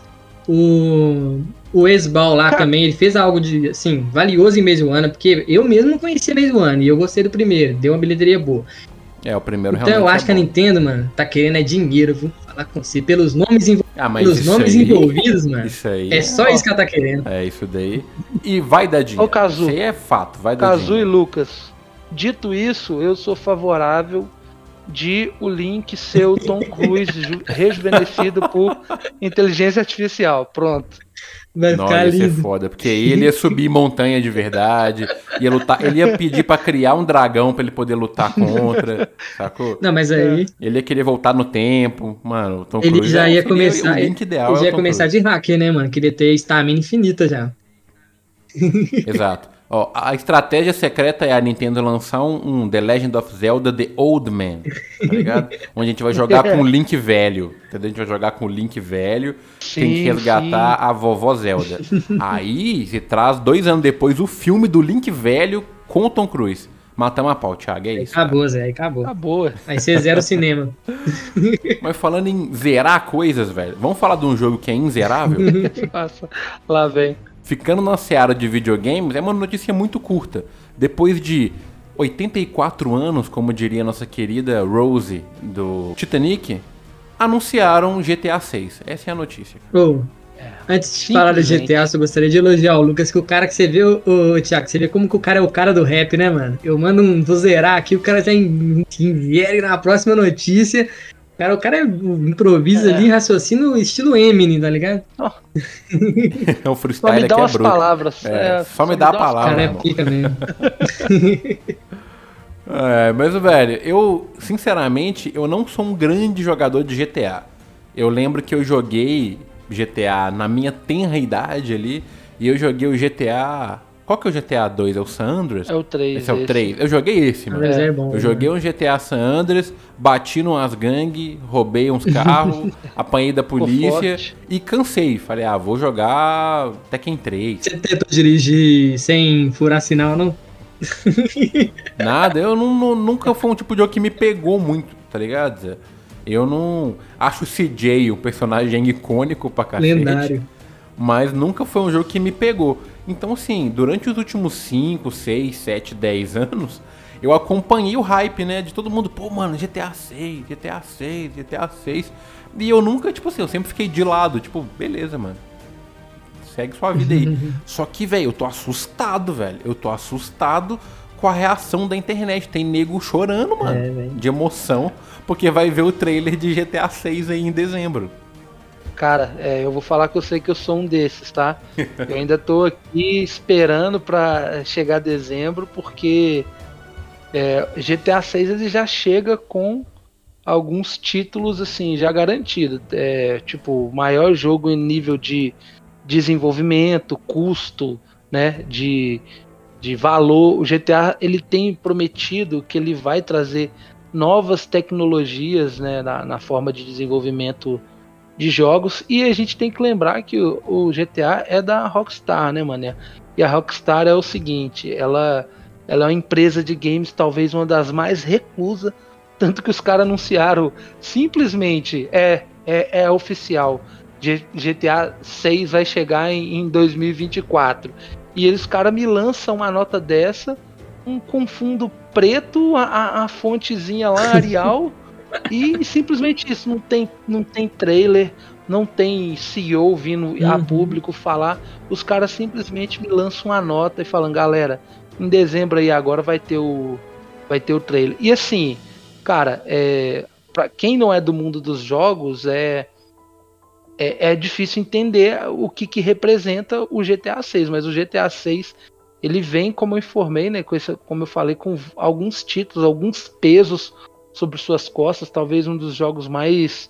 Speaker 2: o Esbal lá também, ele fez algo de, assim, valioso em Maze Runner, porque eu mesmo não conhecia Maze Runner e eu gostei do primeiro, deu uma bilheteria boa.
Speaker 1: O primeiro
Speaker 2: então eu acho que a Nintendo, mano, tá querendo dinheiro, vou falar com você, pelos nomes envolvidos, mano.
Speaker 1: Isso aí
Speaker 2: é só isso que ela tá querendo.
Speaker 1: É isso daí. E vai dar dinheiro.
Speaker 3: Ô, Kazu,
Speaker 1: isso aí é fato, vai dar dinheiro.
Speaker 3: Kazu e Lucas, dito isso, eu sou favorável de o Link ser o Tom Cruise rejuvenescido por inteligência artificial. Pronto.
Speaker 1: Ia ser foda, porque ele ia subir montanha de verdade, ia lutar, ele ia pedir pra criar um dragão pra ele poder lutar contra, sacou?
Speaker 2: Não, mas aí...
Speaker 1: Ele ia querer voltar no tempo, mano, o Tom Cruise...
Speaker 2: Ele já ia começar...
Speaker 1: O Link ideal
Speaker 2: ele já ia começar de hacker, né, mano? Queria ter estamina infinita já.
Speaker 1: Exato. Ó, a estratégia secreta é a Nintendo lançar um The Legend of Zelda The Old Man, tá ligado? Onde a gente vai jogar com o Link velho, entendeu? A gente vai jogar com o Link velho, tem que resgatar a vovó Zelda. Aí se traz 2 anos depois o filme do Link velho com o Tom Cruise. Matamos a pau, Thiago, é isso.
Speaker 2: Acabou,
Speaker 1: cara.
Speaker 2: Zé, acabou.
Speaker 3: Acabou.
Speaker 2: Aí você zera o cinema.
Speaker 1: Mas falando em zerar coisas, velho, vamos falar de um jogo que é inzerável?
Speaker 3: Nossa, lá vem.
Speaker 1: Ficando na seara de videogames, é uma notícia muito curta. Depois de 84 anos, como diria nossa querida Rose do Titanic, anunciaram GTA 6. Essa é a notícia.
Speaker 2: Antes de falar do GTA, eu gostaria de elogiar o Lucas, que o cara que você vê, Thiago, você vê como que o cara é o cara do rap, né, mano? Eu mando vou zerar aqui, o cara já invere na próxima notícia. O cara improvisa ali, raciocínio estilo Eminem, tá ligado?
Speaker 1: É o freestyle.
Speaker 3: Só me dá umas palavras.
Speaker 1: Só me dá a palavra.
Speaker 2: Cara, é pica mesmo.
Speaker 1: Mas, velho, eu, sinceramente, eu não sou um grande jogador de GTA. Eu lembro que eu joguei GTA na minha tenra idade ali, e eu joguei o GTA... Qual que é o GTA 2? É o San Andreas?
Speaker 3: É o 3.
Speaker 1: Esse é o 3. Eu joguei esse, mano.
Speaker 2: É bom,
Speaker 1: eu joguei um GTA San Andreas, bati numas gangues, roubei uns carros, apanhei da polícia e cansei. Falei, vou jogar Tekken 3.
Speaker 2: Você tentou dirigir sem furar sinal, não?
Speaker 1: Nada, eu nunca foi um tipo de jogo que me pegou muito, tá ligado, Zé? Eu não... Acho o CJ um personagem icônico pra cacete.
Speaker 2: Lendário.
Speaker 1: Mas nunca foi um jogo que me pegou. Então, assim, durante os últimos 5, 6, 7, 10 anos, eu acompanhei o hype, né? De todo mundo, pô, mano, GTA 6, GTA 6, GTA 6. E eu nunca, tipo assim, eu sempre fiquei de lado. Tipo, beleza, mano. Segue sua vida aí. Só que, velho, eu tô assustado, velho. Eu tô assustado com a reação da internet. Tem nego chorando, mano, de emoção, porque vai ver o trailer de GTA 6 aí em dezembro.
Speaker 3: Cara, eu vou falar que eu sei que eu sou um desses, tá? Eu ainda tô aqui esperando pra chegar dezembro, porque GTA 6 ele já chega com alguns títulos assim, já garantidos. Tipo, maior jogo em nível de desenvolvimento, custo, né? De de valor. O GTA ele tem prometido que ele vai trazer novas tecnologias, né, na forma de desenvolvimento de jogos, e a gente tem que lembrar que o GTA é da Rockstar, né, mané? E a Rockstar é o seguinte, ela é uma empresa de games talvez uma das mais reclusas, tanto que os caras anunciaram simplesmente, é oficial, GTA 6 vai chegar em 2024, e eles, cara, me lançam uma nota dessa, com fundo preto, a fontezinha lá, Arial, e simplesmente isso, não tem trailer, não tem CEO vindo a público falar, os caras simplesmente me lançam uma nota e falam, galera, em dezembro aí agora vai ter o trailer. E assim, cara, pra quem não é do mundo dos jogos, é difícil entender o que representa o GTA 6, mas o GTA 6 ele vem, como eu informei, né, como eu falei, com alguns títulos, alguns pesos sobre suas costas, talvez um dos jogos mais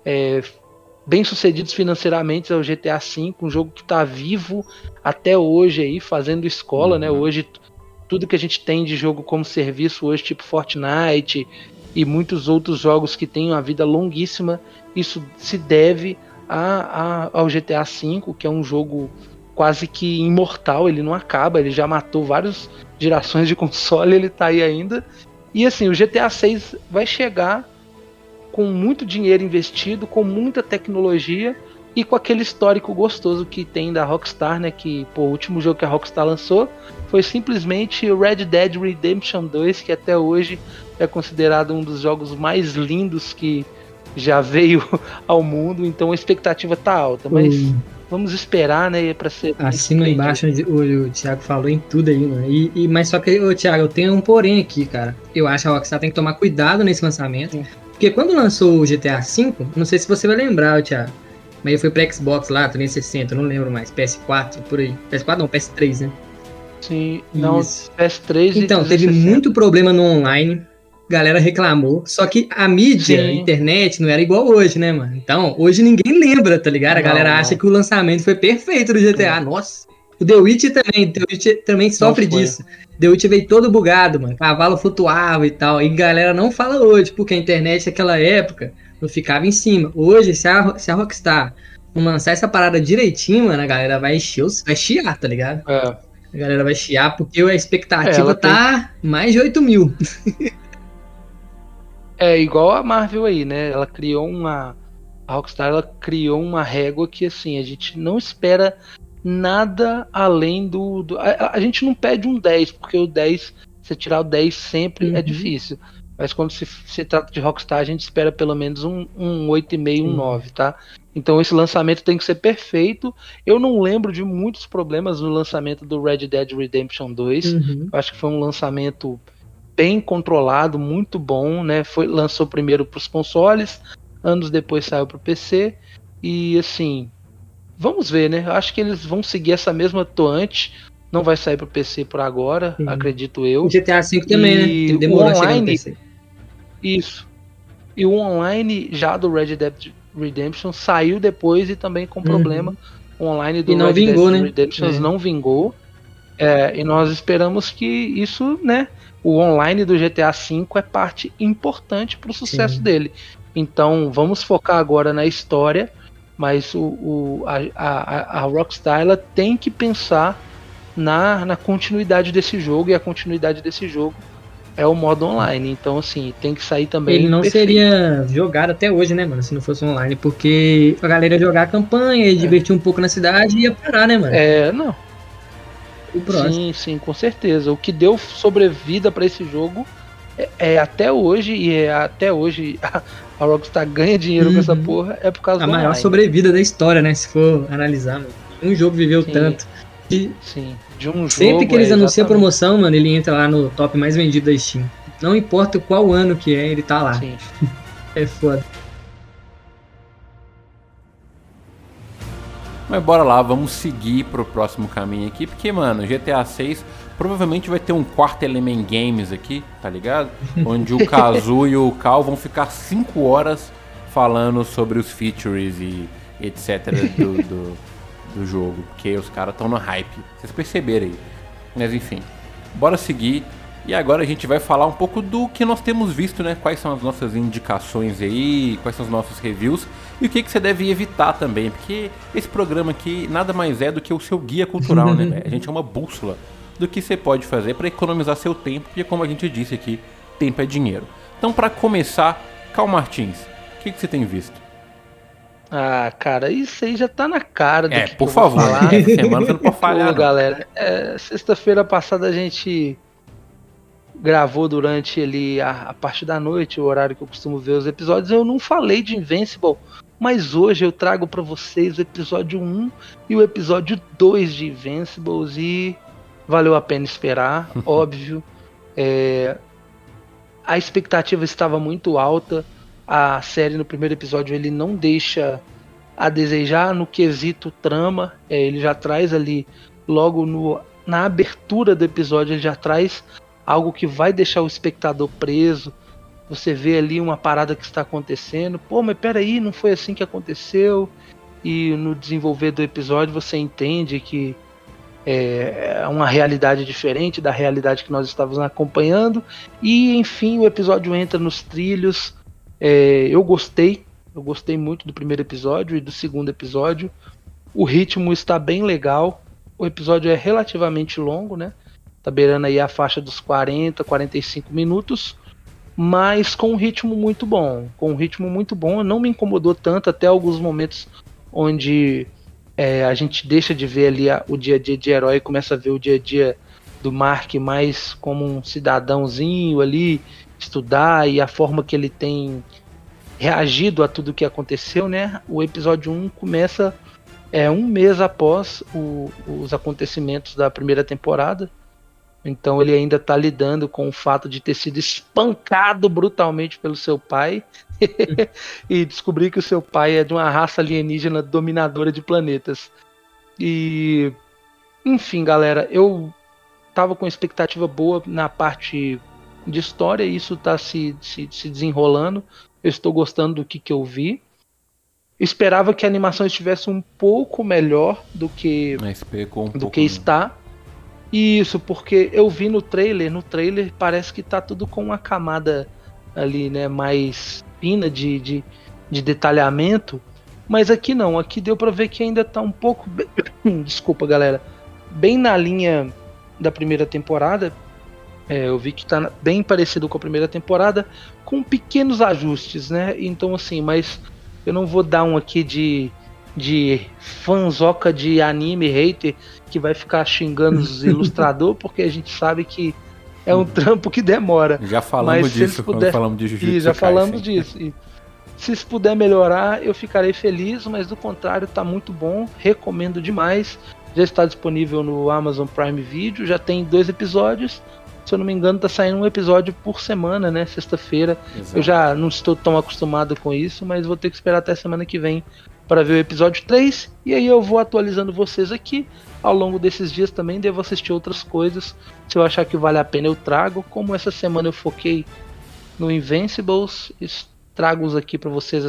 Speaker 3: bem sucedidos financeiramente é o GTA V, um jogo que está vivo até hoje aí, fazendo escola, né? Hoje tudo que a gente tem de jogo como serviço hoje, tipo Fortnite e muitos outros jogos que têm uma vida longuíssima, isso se deve ao GTA V, que é um jogo quase que imortal, ele não acaba, ele já matou várias gerações de console, ele tá aí ainda. E assim, o GTA 6 vai chegar com muito dinheiro investido, com muita tecnologia e com aquele histórico gostoso que tem da Rockstar, né? Que o último jogo que a Rockstar lançou foi simplesmente o Red Dead Redemption 2, que até hoje é considerado um dos jogos mais lindos que já veio ao mundo. Então a expectativa tá alta, mas vamos esperar, né, pra ser...
Speaker 2: Acima e embaixo, o Thiago falou em tudo aí, mano. Mas só que, Thiago, eu tenho um porém aqui, cara. Eu acho que a Rockstar tem que tomar cuidado nesse lançamento. Porque quando lançou o GTA V, não sei se você vai lembrar, Thiago, mas foi pra Xbox lá, 360, não lembro mais, PS4, por aí. PS4 não, PS3, né?
Speaker 3: Sim, não, PS3
Speaker 2: então, teve muito problema no online. Galera reclamou, só que a mídia, a internet, não era igual hoje, né, mano? Então, hoje ninguém lembra, tá ligado? A galera acha que o lançamento foi perfeito do GTA, nossa. O The Witcher também sofre disso. The Witcher veio todo bugado, mano, cavalo flutuava e tal, e a galera não fala hoje, porque a internet naquela época não ficava em cima. Hoje, se a Rockstar não lançar essa parada direitinho, mano, a galera vai chiar, tá ligado? A galera vai chiar porque a expectativa tá mais de 8 mil.
Speaker 3: É igual a Marvel aí, né? A Rockstar, ela criou uma régua que, assim, a gente não espera nada além a gente não pede um 10, porque o 10, você tirar o 10 sempre é difícil. Mas quando se trata de Rockstar, a gente espera pelo menos um 8,5, um 9, tá? Então esse lançamento tem que ser perfeito. Eu não lembro de muitos problemas no lançamento do Red Dead Redemption 2. Eu acho que foi um lançamento bem controlado, muito bom, né? Lançou primeiro para os consoles, anos depois saiu para o PC, e assim, vamos ver, né? Acho que eles vão seguir essa mesma toante, não vai sair para o PC por agora, acredito eu.
Speaker 2: O GTA V também, né? Ele demorou a chegar no PC.
Speaker 3: Isso. E o online já do Red Dead Redemption saiu depois e também com problema. O online do Red Dead Redemption não vingou. E nós esperamos que isso, né? O online do GTA V é parte importante para o sucesso dele. Então vamos focar agora na história, mas a Rockstar, ela tem que pensar na continuidade desse jogo, e a continuidade desse jogo é o modo online. Então, assim, tem que sair também.
Speaker 2: Ele não seria jogado até hoje, né, mano? Se não fosse online, porque a galera ia jogar a campanha, ia divertir um pouco na cidade e ia parar, né, mano?
Speaker 3: Não. Sim, com certeza. O que deu sobrevida para esse jogo até hoje, e até hoje a Rockstar ganha dinheiro com essa porra, é por causa do
Speaker 2: maior
Speaker 3: online.
Speaker 2: Sobrevida da história, né? Se for analisar, mano. Um jogo viveu tanto.
Speaker 3: De um jogo.
Speaker 2: Sempre que eles anunciam a promoção, mano, ele entra lá no top mais vendido da Steam. Não importa qual ano que é, ele tá lá.
Speaker 3: Sim.
Speaker 2: É foda.
Speaker 1: Mas bora lá, vamos seguir pro próximo caminho aqui, porque, mano, GTA 6 provavelmente vai ter um quarto Element Games aqui, tá ligado? Onde o Kazu e o Cal vão ficar 5 horas falando sobre os features e etc do jogo, porque os caras estão no hype, vocês perceberam aí. Mas enfim, bora seguir. E agora a gente vai falar um pouco do que nós temos visto, né? Quais são as nossas indicações aí, quais são os nossos reviews e o que você deve evitar também, porque esse programa aqui nada mais é do que o seu guia cultural, né? A gente é uma bússola do que você pode fazer para economizar seu tempo, porque como a gente disse aqui, tempo é dinheiro. Então, para começar, Cal Martins, o que você tem visto?
Speaker 3: Ah, cara, isso aí já tá na cara do que
Speaker 1: por
Speaker 3: eu vou
Speaker 1: favor,
Speaker 3: falar.
Speaker 1: essa semana você não pode falhar, não.
Speaker 3: Galera, sexta-feira passada a gente gravou durante ali a parte da noite, o horário que eu costumo ver os episódios. Eu não falei de Invincible, mas hoje eu trago pra vocês o episódio 1 e o episódio 2 de Invincibles e valeu a pena esperar, óbvio. A expectativa estava muito alta. A série no primeiro episódio ele não deixa a desejar no quesito trama. Ele já traz ali logo na abertura do episódio, ele já traz algo que vai deixar o espectador preso. Você vê ali uma parada que está acontecendo. Pô, mas peraí, não foi assim que aconteceu? E no desenvolver do episódio você entende que é uma realidade diferente da realidade que nós estávamos acompanhando. E enfim, o episódio entra nos trilhos. Eu gostei muito do primeiro episódio e do segundo episódio. O ritmo está bem legal. O episódio é relativamente longo, né? Tá beirando aí a faixa dos 40, 45 minutos, mas com um ritmo muito bom. Não me incomodou tanto, até alguns momentos onde a gente deixa de ver ali o dia a dia de herói e começa a ver o dia a dia do Mark mais como um cidadãozinho ali, estudar e a forma que ele tem reagido a tudo que aconteceu, né? O episódio 1 começa um mês após os acontecimentos da primeira temporada. Então ele ainda está lidando com o fato de ter sido espancado brutalmente pelo seu pai e descobrir que o seu pai é de uma raça alienígena dominadora de planetas. E enfim, galera, eu tava com expectativa boa na parte de história, e isso está se desenrolando. Eu estou gostando do que eu vi. Esperava que a animação estivesse um pouco melhor do que está. Isso, porque eu vi no trailer parece que tá tudo com uma camada ali, né, mais fina de detalhamento, mas aqui não, aqui deu pra ver que ainda tá um pouco, desculpa galera, bem na linha da primeira temporada. Eu vi que tá bem parecido com a primeira temporada, com pequenos ajustes, né, então assim, mas eu não vou dar um aqui de fanzoca de anime hater que vai ficar xingando os ilustradores, porque a gente sabe que é um trampo que demora.
Speaker 1: Já falamos disso quando falamos de Jujutsu Kaisen.
Speaker 3: Já falamos disso. E se isso puder melhorar, eu ficarei feliz, mas do contrário, tá muito bom. Recomendo demais. Já está disponível no Amazon Prime Video, já tem 2 episódios. Se eu não me engano, tá saindo um episódio por semana, né? Sexta-feira. Eu já não estou tão acostumado com isso, mas vou ter que esperar até semana que vem para ver o episódio 3, e aí eu vou atualizando vocês aqui. Ao longo desses dias também devo assistir outras coisas. Se eu achar que vale a pena eu trago. Como essa semana eu foquei no Invincibles, trago aqui para vocês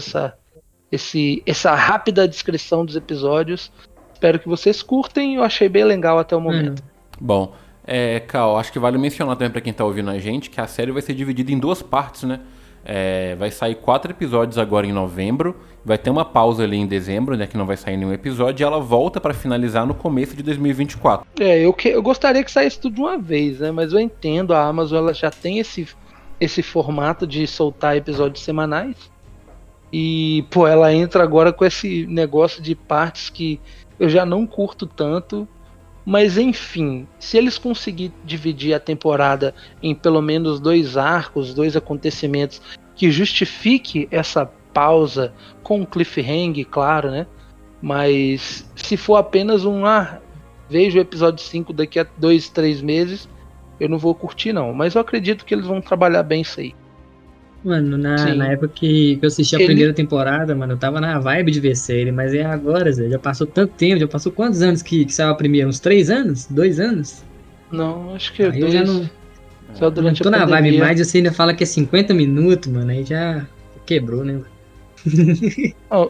Speaker 3: essa rápida descrição dos episódios. Espero que vocês curtem, eu achei bem legal até o momento.
Speaker 1: Bom, Cal, acho que vale mencionar também para quem tá ouvindo a gente que a série vai ser dividida em 2 partes, né? Vai sair 4 episódios agora em novembro, vai ter uma pausa ali em dezembro, né, que não vai sair nenhum episódio, e ela volta para finalizar no começo de 2024.
Speaker 3: Eu gostaria que saísse tudo de uma vez, né, mas eu entendo, a Amazon ela já tem esse formato de soltar episódios semanais, e pô, ela entra agora com esse negócio de partes que eu já não curto tanto. Mas enfim, se eles conseguirem dividir a temporada em pelo menos 2 arcos, 2 acontecimentos que justifique essa pausa com um cliffhanger, claro, né? Mas se for apenas vejo o episódio 5 daqui a 2, 3 meses, eu não vou curtir não. Mas eu acredito que eles vão trabalhar bem isso aí.
Speaker 2: Mano, na época que eu assisti a primeira temporada, mano, eu tava na vibe de ver série, mas é agora, Zé, já passou tanto tempo, já passou quantos anos que saiu a primeira? Uns 3 anos? 2 anos?
Speaker 3: Não, acho que é 2.
Speaker 2: Eu já não...
Speaker 3: Só durante
Speaker 2: tô na vibe mais, você ainda fala que é 50 minutos, mano, aí já quebrou, né, mano?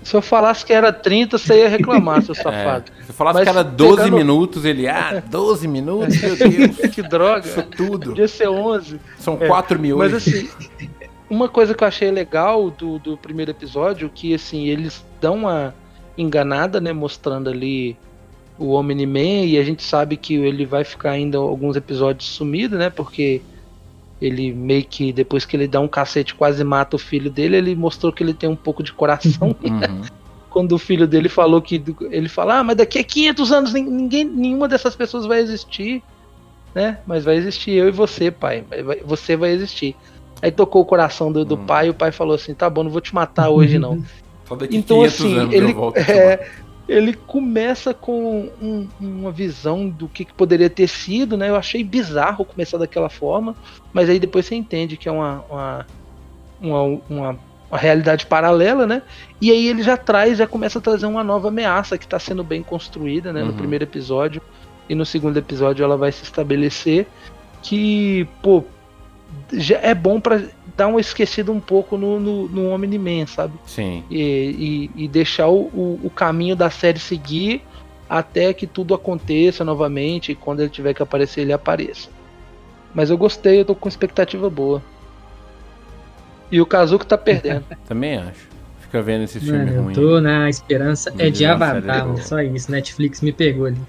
Speaker 3: Se eu falasse que era 30, você ia reclamar, seu safado.
Speaker 1: Se eu falasse
Speaker 3: Mas
Speaker 1: que era 12
Speaker 3: pegando-
Speaker 1: minutos, ele, 12 minutos, meu Deus,
Speaker 3: Que droga.
Speaker 1: isso tudo.
Speaker 3: Podia ser 11.
Speaker 1: São 4 mil
Speaker 3: Mas
Speaker 1: hoje.
Speaker 3: assim, uma coisa que eu achei legal do primeiro episódio, que assim, eles dão uma enganada, né, mostrando ali o Omni-Man, e a gente sabe que ele vai ficar ainda alguns episódios sumido, né, porque ele meio que, depois que ele dá um cacete, quase mata o filho dele, ele mostrou que ele tem um pouco de coração.
Speaker 1: Uhum.
Speaker 3: Quando o filho dele falou que, ele fala, mas daqui a 500 anos nenhuma dessas pessoas vai existir, né, mas vai existir eu e você, pai, você vai existir. Aí tocou o coração do pai, e o pai falou assim, tá bom, não vou te matar hoje não.
Speaker 1: Só daqui
Speaker 3: Então
Speaker 1: 500
Speaker 3: assim,
Speaker 1: anos
Speaker 3: ele,
Speaker 1: eu volto a te matar.
Speaker 3: ele começa com uma visão do que poderia ter sido, né? Eu achei bizarro começar daquela forma, mas aí depois você entende que é uma realidade paralela, né? E aí ele já começa a trazer uma nova ameaça que está sendo bem construída, né? No primeiro episódio, e no segundo episódio ela vai se estabelecer, que, pô, já é bom pra dar uma esquecida um pouco no Omni-Man, sabe?
Speaker 1: Sim.
Speaker 3: E deixar o caminho da série seguir até que tudo aconteça novamente, e quando ele tiver que aparecer, ele apareça. Mas eu gostei, eu tô com expectativa boa. E o Kazuko tá perdendo.
Speaker 1: Também acho. Fica vendo esse filme
Speaker 2: Mano, eu
Speaker 1: ruim.
Speaker 2: tô na esperança. É de
Speaker 1: Uma série
Speaker 2: Avatar,
Speaker 1: boa.
Speaker 2: mano. Só isso. Netflix me pegou ali.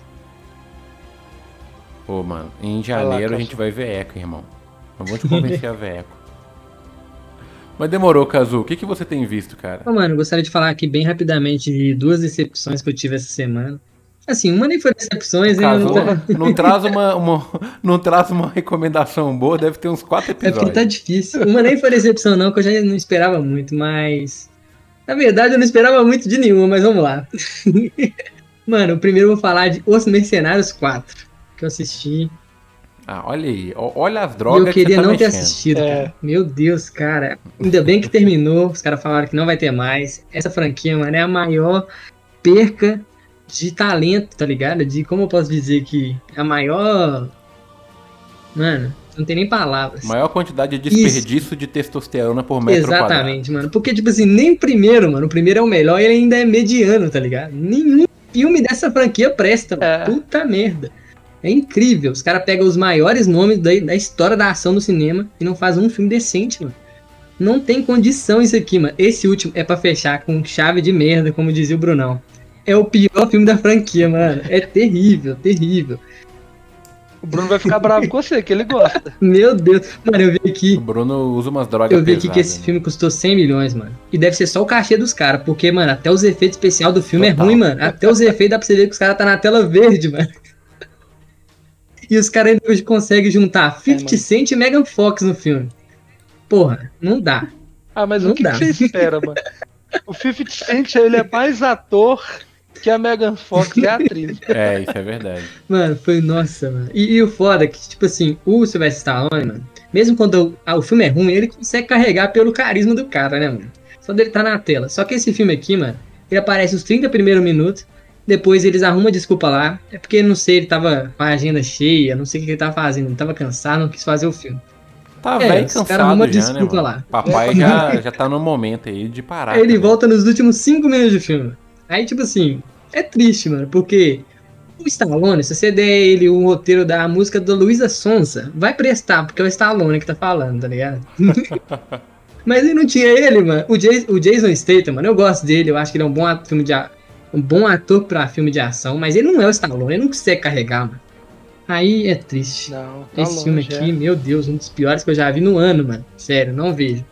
Speaker 1: Pô, mano, em
Speaker 3: lá,
Speaker 1: janeiro a
Speaker 3: Kazu.
Speaker 1: gente vai ver Echo, irmão. Eu vou te convencer a ver Echo. Mas demorou, Kazu. O que você tem visto, cara?
Speaker 2: Ô, mano, eu gostaria de falar aqui bem rapidamente de 2 decepções que eu tive essa semana. Assim, uma nem foi decepções, hein?
Speaker 1: Kazu
Speaker 2: Não
Speaker 1: não traz não traz uma recomendação boa, deve ter uns 4
Speaker 2: É porque
Speaker 1: episódios.
Speaker 2: tá difícil. Uma nem foi decepção, não, que eu já não esperava muito, mas. Na verdade, eu não esperava muito de nenhuma, mas vamos lá. Mano, primeiro eu vou falar de Os Mercenários 4, que eu assisti.
Speaker 1: Ah, olha aí. Olha as
Speaker 2: E
Speaker 1: drogas
Speaker 2: eu
Speaker 1: que você
Speaker 2: queria
Speaker 1: tá
Speaker 2: não ter
Speaker 1: mexendo.
Speaker 2: assistido,
Speaker 3: É.
Speaker 2: cara. Meu Deus, cara. Ainda bem que terminou. Os caras falaram que não vai ter mais. Essa franquia, mano, é a maior perca de talento, tá ligado? De como eu posso dizer que é a maior. Mano, não tem nem palavras.
Speaker 1: Maior quantidade de desperdício de testosterona por metro
Speaker 2: Exatamente, mano. Porque, tipo assim, nem o primeiro, mano. O primeiro é o melhor e ele ainda é mediano, tá ligado? Nenhum filme dessa franquia presta, mano.
Speaker 3: É.
Speaker 2: Puta merda. É incrível. Os caras pegam os maiores nomes da história da ação do cinema e não fazem um filme decente, mano. Não tem condição isso aqui, mano. Esse último é pra fechar com chave de merda, como dizia o Brunão. É o pior filme da franquia, mano. É terrível, terrível.
Speaker 3: O Bruno vai ficar bravo com você, que ele gosta.
Speaker 2: Meu Deus. Mano, eu vi aqui.
Speaker 1: O Bruno usa umas drogas
Speaker 2: Eu vi aqui
Speaker 1: pesadas,
Speaker 2: que esse
Speaker 1: né?
Speaker 2: filme custou 100 milhões, mano. E deve ser só o cachê dos caras, porque, mano, até os efeitos especiais do filme
Speaker 1: Total.
Speaker 2: é ruim, mano. Até os efeitos dá pra você ver que os caras tá na tela verde, mano. E os caras ainda hoje conseguem juntar 50
Speaker 3: mano.
Speaker 2: Cent e Megan Fox no filme. Porra, não dá.
Speaker 3: Ah, mas
Speaker 2: Não
Speaker 3: o que
Speaker 2: dá.
Speaker 3: você espera, mano? O 50 Cent, ele é mais ator que a Megan Fox é atriz.
Speaker 1: É, isso é verdade.
Speaker 2: Mano, foi nossa, mano. E o foda é que, tipo assim, o Sylvester Stallone, mano, mesmo quando o filme é ruim, ele consegue carregar pelo carisma do cara, né, mano? Só dele tá na tela. Só que esse filme aqui, mano, ele aparece os 30 primeiros minutos, depois eles arrumam a desculpa lá. É porque, não sei, ele tava com a agenda cheia, não sei o que ele tava fazendo, ele tava cansado, não quis fazer o filme.
Speaker 1: Tá
Speaker 2: É,
Speaker 1: bem
Speaker 2: os caras
Speaker 1: cansado
Speaker 2: arrumam
Speaker 1: já, né,
Speaker 2: desculpa
Speaker 1: mano?
Speaker 2: lá.
Speaker 1: Papai já tá no momento aí de parar.
Speaker 2: Aí ele
Speaker 1: também.
Speaker 2: volta nos últimos 5 minutos de filme. Aí, tipo assim, é triste, mano, porque o Stallone, se você der ele o roteiro da música da Luísa Sonza, vai prestar, porque é o Stallone que tá falando, tá ligado? Mas ele não tinha ele, mano. O Jason Statham, mano, eu gosto dele, eu acho que ele é um bom ator pra filme de ação, mas ele não é o Stallone, ele não consegue carregar, mano. Aí é triste.
Speaker 3: Não, tá
Speaker 2: Esse
Speaker 3: longe,
Speaker 2: filme aqui, meu Deus, um dos piores que eu já vi no ano, mano. Sério, não vejo.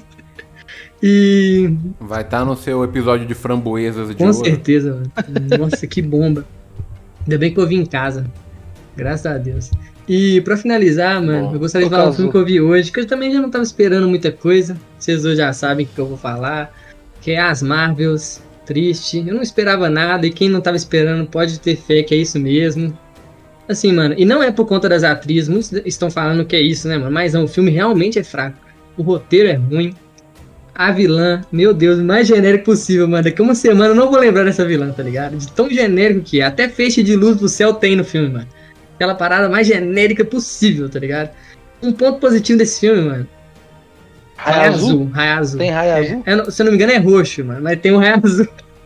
Speaker 2: E
Speaker 1: Vai estar no seu episódio de framboesas de
Speaker 2: com
Speaker 1: ouro.
Speaker 2: certeza, mano. Nossa, que bomba. Ainda bem que eu vi em casa. Graças a Deus. E pra finalizar, mano,
Speaker 1: Bom,
Speaker 2: eu gostaria de
Speaker 3: no
Speaker 2: falar um
Speaker 3: caso-
Speaker 2: filme que eu vi hoje, que eu também já não tava esperando muita coisa. Vocês hoje já sabem o que eu vou falar. Que é As Marvels. Triste. Eu não esperava nada, e quem não tava esperando pode ter fé que é isso mesmo. Assim, mano, e não é por conta das atrizes, muitos estão falando que é isso, né, mano? Mas não, o filme realmente é fraco. O roteiro é ruim. A vilã, meu Deus, o mais genérico possível, mano. Daqui uma semana eu não vou lembrar dessa vilã, tá ligado? De tão genérico que é. Até feixe de luz do céu tem no filme, mano. Aquela parada mais genérica possível, tá ligado? Um ponto positivo desse filme, mano,
Speaker 3: Raio azul?
Speaker 2: Raio azul.
Speaker 3: Tem raio azul?
Speaker 2: Se eu não me engano é roxo, mano, mas tem um raio azul.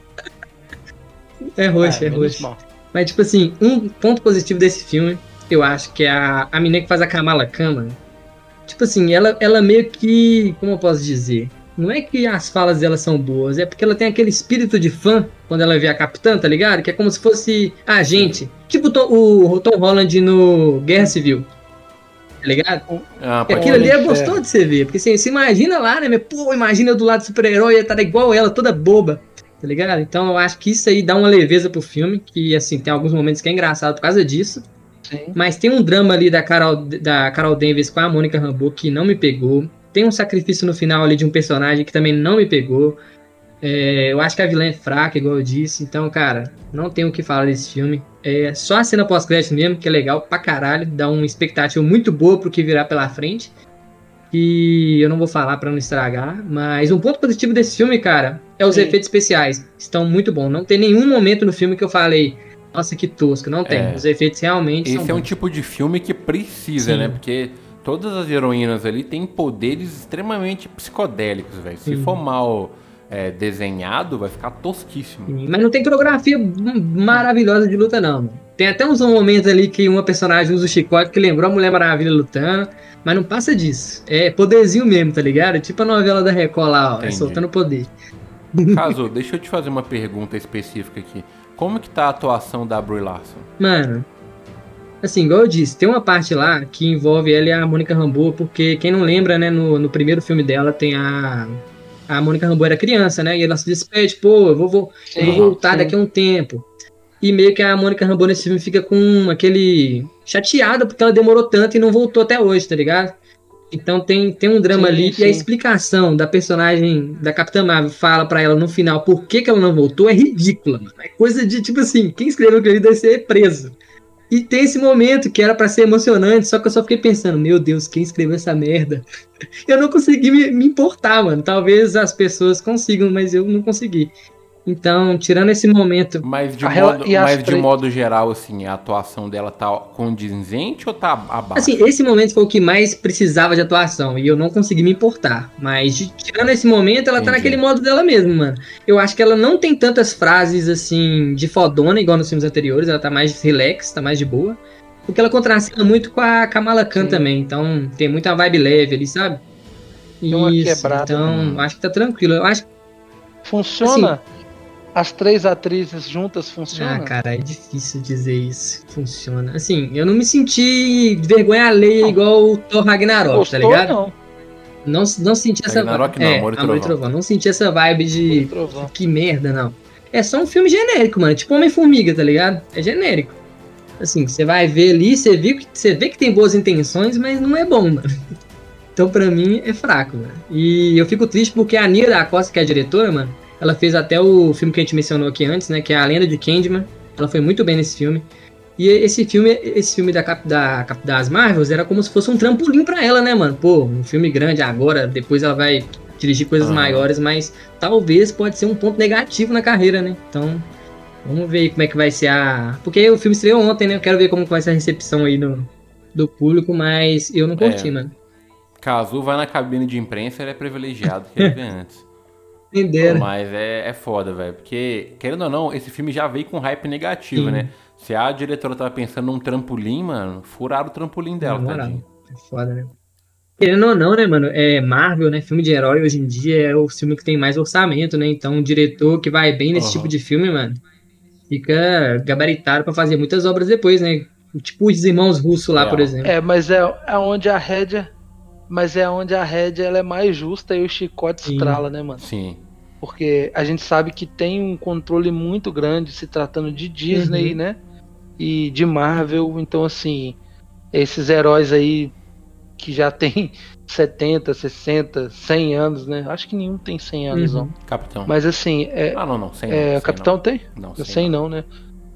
Speaker 2: É roxo, é roxo.
Speaker 3: Mal.
Speaker 2: Mas, tipo assim, um ponto positivo desse filme, eu acho que é a menina que faz a Kamala Khan, mano. Tipo assim, ela meio que... Como eu posso dizer? Não é que as falas dela são boas, é porque ela tem aquele espírito de fã quando ela vê a Capitã, tá ligado? Que é como se fosse a gente. Tipo o Tom Holland no Guerra Civil. Tá ligado? Aquilo ali é gostoso de você ver. Porque assim, você imagina lá, né? Pô, imagina eu do lado do super-herói, ia estar igual ela, toda boba. Tá ligado? Então eu acho que isso aí dá uma leveza pro filme. Que assim, tem alguns momentos que é engraçado por causa disso.
Speaker 3: Sim. Mas
Speaker 2: tem um drama ali da Carol Danvers com a Mônica Rambeau que não me pegou. Tem um sacrifício no final ali de um personagem que também não me pegou. Eu acho que a vilã é fraca, igual eu disse. Então, cara, não tenho o que falar desse filme. É só a cena pós-crédito mesmo, que é legal pra caralho. Dá uma expectativa muito boa pro que virá pela frente. E eu não vou falar pra não estragar. Mas um ponto positivo desse filme, cara, é os efeitos especiais. Estão muito bons. Não tem nenhum momento no filme que eu falei... Nossa, que tosco. Não tem. Os efeitos realmente são bons.
Speaker 1: Esse é um tipo de filme que precisa, né? Porque todas as heroínas ali têm poderes extremamente psicodélicos, velho. Se for mal desenhado, vai ficar tosquíssimo.
Speaker 2: Sim, mas não tem coreografia maravilhosa de luta, não. Tem até uns momentos ali que uma personagem usa o chicote que lembrou a Mulher Maravilha lutando, mas não passa disso. É poderzinho mesmo, tá ligado? Tipo a novela da Record lá, ó, soltando poder.
Speaker 1: Caso, deixa eu te fazer uma pergunta específica aqui. Como que tá a atuação da Brie Larson?
Speaker 2: Mano, assim, igual eu disse, tem uma parte lá que envolve ela e a Mônica Rambeau, porque quem não lembra, né, no primeiro filme dela tem a Mônica Rambeau era criança, né, e ela se despede, pô, eu vou voltar daqui a um tempo. E meio que a Mônica Rambeau nesse filme fica com aquele... chateada porque ela demorou tanto e não voltou até hoje, tá ligado? Então tem um drama ali. E a explicação da personagem da Capitã Marvel fala pra ela no final por que ela não voltou é ridícula, mano. É coisa de, tipo assim, quem escreveu aquilo ali deve ser preso. E tem esse momento que era pra ser emocionante, só que eu só fiquei pensando, meu Deus, quem escreveu essa merda? Eu não consegui me importar, mano. Talvez as pessoas consigam, mas eu não consegui. Então, tirando esse momento...
Speaker 1: Mas de modo geral, assim, a atuação dela tá condizente ou tá abaixo?
Speaker 2: Assim, esse momento foi o que mais precisava de atuação e eu não consegui me importar. Mas, tirando esse momento, ela tá naquele modo dela mesmo, mano. Eu acho que ela não tem tantas frases, assim, de fodona, igual nos filmes anteriores. Ela tá mais relax, tá mais de boa. Porque ela contracena muito com a Kamala Khan também. Então, tem muita vibe leve ali, sabe? Isso, então, acho que tá tranquilo. Eu acho que...
Speaker 3: Funciona... Assim, as três atrizes juntas funcionam?
Speaker 2: Ah, cara, é difícil dizer isso. Funciona. Assim, eu não me senti de vergonha alheia igual o Thor Ragnarok,
Speaker 3: gostou,
Speaker 2: tá ligado? Não senti essa
Speaker 1: vibe. Amor e Trovão.
Speaker 2: Não senti essa vibe de que merda, não. É só um filme genérico, mano. Tipo Homem-Formiga, tá ligado? É genérico. Assim, você vai ver ali, você vê que tem boas intenções, mas não é bom, mano. Então, pra mim, é fraco, mano. E eu fico triste porque a Nia da Costa, que é a diretora, mano, ela fez até o filme que a gente mencionou aqui antes, né? Que é A Lenda de Candyman. Ela foi muito bem nesse filme. E esse filme das Marvels era como se fosse um trampolim pra ela, né, mano? Pô, um filme grande agora, depois ela vai dirigir coisas maiores, mas talvez pode ser um ponto negativo na carreira, né? Então, vamos ver como é que vai ser Porque o filme estreou ontem, né? Eu quero ver como vai ser a recepção aí do público, mas eu não curti, mano.
Speaker 1: Caso vai na cabine de imprensa, ele é privilegiado, que ele vê antes. Mas é foda, velho. Porque, querendo ou não, esse filme já veio com hype negativo, né? Se a diretora tava pensando num trampolim, mano, furaram o trampolim dela, tadinho.
Speaker 2: É foda, né? Querendo ou não, né, mano? É Marvel, né? Filme de herói hoje em dia é o filme que tem mais orçamento, né? Então, um diretor que vai bem nesse tipo de filme, mano, fica gabaritado pra fazer muitas obras depois, né? Tipo os Irmãos Russos lá, por exemplo.
Speaker 3: Mas é onde a rédea... Mas é onde a rédea ela é mais justa e o chicote estrala, né, mano?
Speaker 1: Sim.
Speaker 3: Porque a gente sabe que tem um controle muito grande se tratando de Disney, né? E de Marvel. Então, assim, esses heróis aí que já tem 70, 60, 100 anos, né? Acho que nenhum tem 100 anos, não.
Speaker 1: Capitão.
Speaker 3: Mas, assim...
Speaker 1: não, 100 não.
Speaker 3: Capitão
Speaker 1: não.
Speaker 3: tem?
Speaker 1: Não,
Speaker 3: 100 não, né?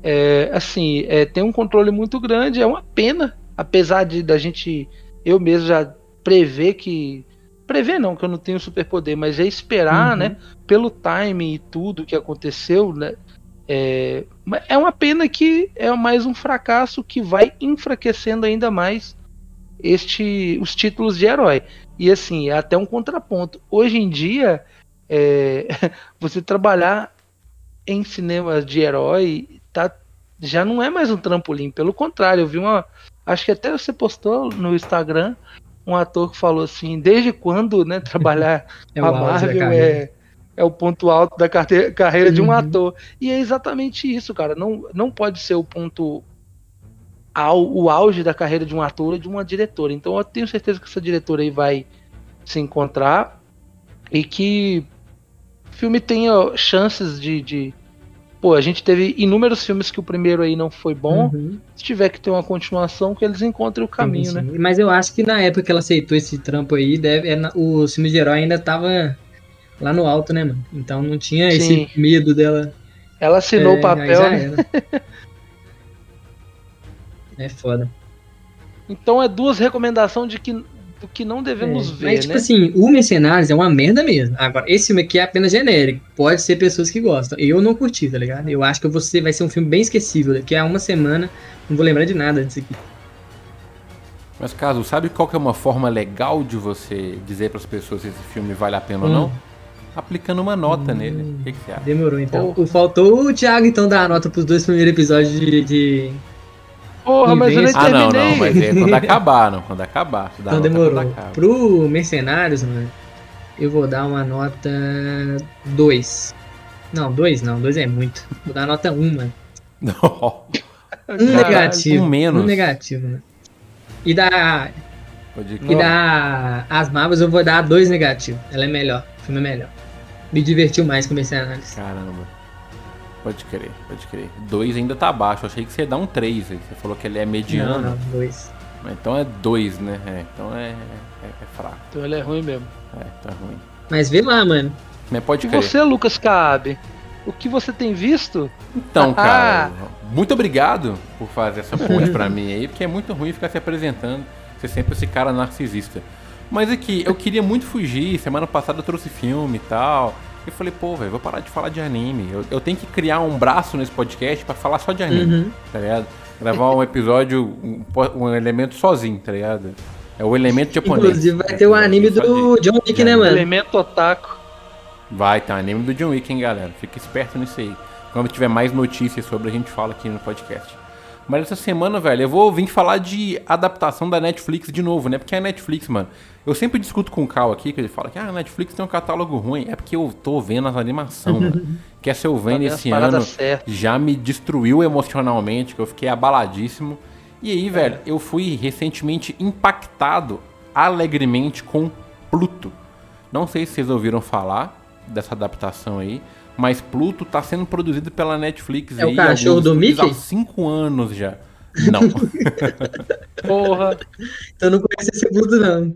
Speaker 3: Assim, tem um controle muito grande. É uma pena, apesar da gente... Eu mesmo já... Prever não, que eu não tenho superpoder, mas é esperar, né? Pelo timing e tudo que aconteceu, né? É uma pena que é mais um fracasso que vai enfraquecendo ainda mais os títulos de herói. E assim, é até um contraponto. Hoje em dia, você trabalhar em cinema de herói já não é mais um trampolim. Pelo contrário, eu vi acho que até você postou no Instagram um ator que falou assim, desde quando, né, trabalhar com a Marvel é o ponto alto da carreira de um ator. E é exatamente isso, cara. Não pode ser o ponto o auge da carreira de um ator ou de uma diretora. Então eu tenho certeza que essa diretora aí vai se encontrar e que o filme tenha chances de... Pô, a gente teve inúmeros filmes que o primeiro aí não foi bom. Se tiver que ter uma continuação, que eles encontrem o caminho, né?
Speaker 2: Mas eu acho que na época que ela aceitou esse trampo aí, o filme de herói ainda tava lá no alto, né, mano? Então não tinha esse medo dela.
Speaker 3: Ela assinou o papel, né?
Speaker 2: É foda.
Speaker 3: Então é duas recomendações do que não devemos ver,
Speaker 2: mas, tipo assim, o Mercenários é uma merda mesmo. Agora, esse filme aqui é apenas genérico. Pode ser pessoas que gostam. Eu não curti, tá ligado? Eu acho que vai ser um filme bem esquecível. Daqui a uma semana, não vou lembrar de nada disso aqui.
Speaker 1: Mas, Caso, sabe qual que é uma forma legal de você dizer pras pessoas se esse filme vale a pena ou não? Aplicando uma nota nele. O que você acha?
Speaker 2: Demorou, então. Faltou o Thiago, então, dar a nota pros 2 primeiros episódios de...
Speaker 3: Porra, mas eu nem terminei.
Speaker 1: Não, mas é quando acabar, não. Quando acabar.
Speaker 2: Então demorou. Pro Mercenários, mano, eu vou dar uma nota 2. Não, 2 não. 2 é muito. Vou dar nota 1, mano.
Speaker 1: Não.
Speaker 2: Negativo.
Speaker 1: Menos.
Speaker 2: Negativo, mano. E as Marvels eu vou dar 2 negativo. Ela é melhor. O filme é melhor. Me divertiu mais com o Mercenários.
Speaker 1: Caramba. Pode crer. 2 ainda tá baixo. Eu achei que você ia dar um 3. Você falou que ele é mediano.
Speaker 2: Não, 2.
Speaker 1: Então é 2, né? Então é fraco.
Speaker 3: Então ele é ruim mesmo.
Speaker 1: Tá ruim.
Speaker 2: Mas vê lá, mano.
Speaker 1: Mas pode
Speaker 3: crer.
Speaker 1: E
Speaker 3: você, Lucas Kaab? O que você tem visto?
Speaker 1: Então, cara, muito obrigado por fazer essa ponte pra mim aí, porque é muito ruim ficar se apresentando. Ser sempre esse cara narcisista. Mas aqui, eu queria muito fugir. Semana passada eu trouxe filme e tal. Eu falei, pô, velho, vou parar de falar de anime. Eu tenho que criar um braço nesse podcast pra falar só de anime, tá ligado? Gravar um episódio, um elemento sozinho, tá ligado? É o elemento japonês.
Speaker 2: Inclusive vai ter o anime do John Wick, né, mano?
Speaker 3: Elemento otaku.
Speaker 1: Vai ter um anime do John Wick, hein, galera? Fica esperto nisso aí. Quando tiver mais notícias sobre, a gente fala aqui no podcast. Mas essa semana, velho, eu vou vir falar de adaptação da Netflix de novo, né? Porque a Netflix, mano, eu sempre discuto com o Cal aqui, que ele fala que a Netflix tem um catálogo ruim. É porque eu tô vendo as animações, mano. Castlevania esse ano já me destruiu emocionalmente, que eu fiquei abaladíssimo. E aí, velho, eu fui recentemente impactado alegremente com Pluto. Não sei se vocês ouviram falar dessa adaptação aí, mas Pluto tá sendo produzido pela Netflix
Speaker 2: aí o cachorro do Mickey?
Speaker 1: Há 5 anos já. Não.
Speaker 3: Porra.
Speaker 2: Eu não conheço esse Pluto, não.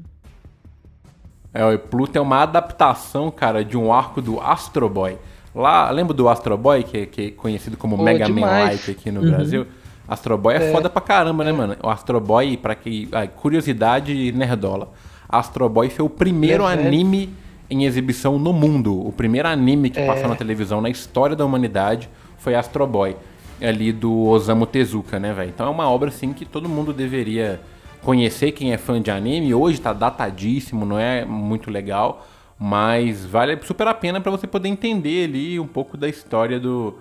Speaker 1: O Pluto é uma adaptação, cara, de um arco do Astro Boy. Lá, lembra do Astro Boy, que é conhecido como Mega Man-like aqui no Brasil? Astro Boy é foda pra caramba, né, mano? O Astro Boy, pra que... curiosidade nerdola. Astro Boy foi o primeiro anime em exibição no mundo. O primeiro anime que passou na televisão na história da humanidade foi Astro Boy, ali do Osamu Tezuka, né, velho? Então é uma obra, assim, que todo mundo deveria conhecer, quem é fã de anime. Hoje tá datadíssimo, não é muito legal, mas vale super a pena pra você poder entender ali um pouco da história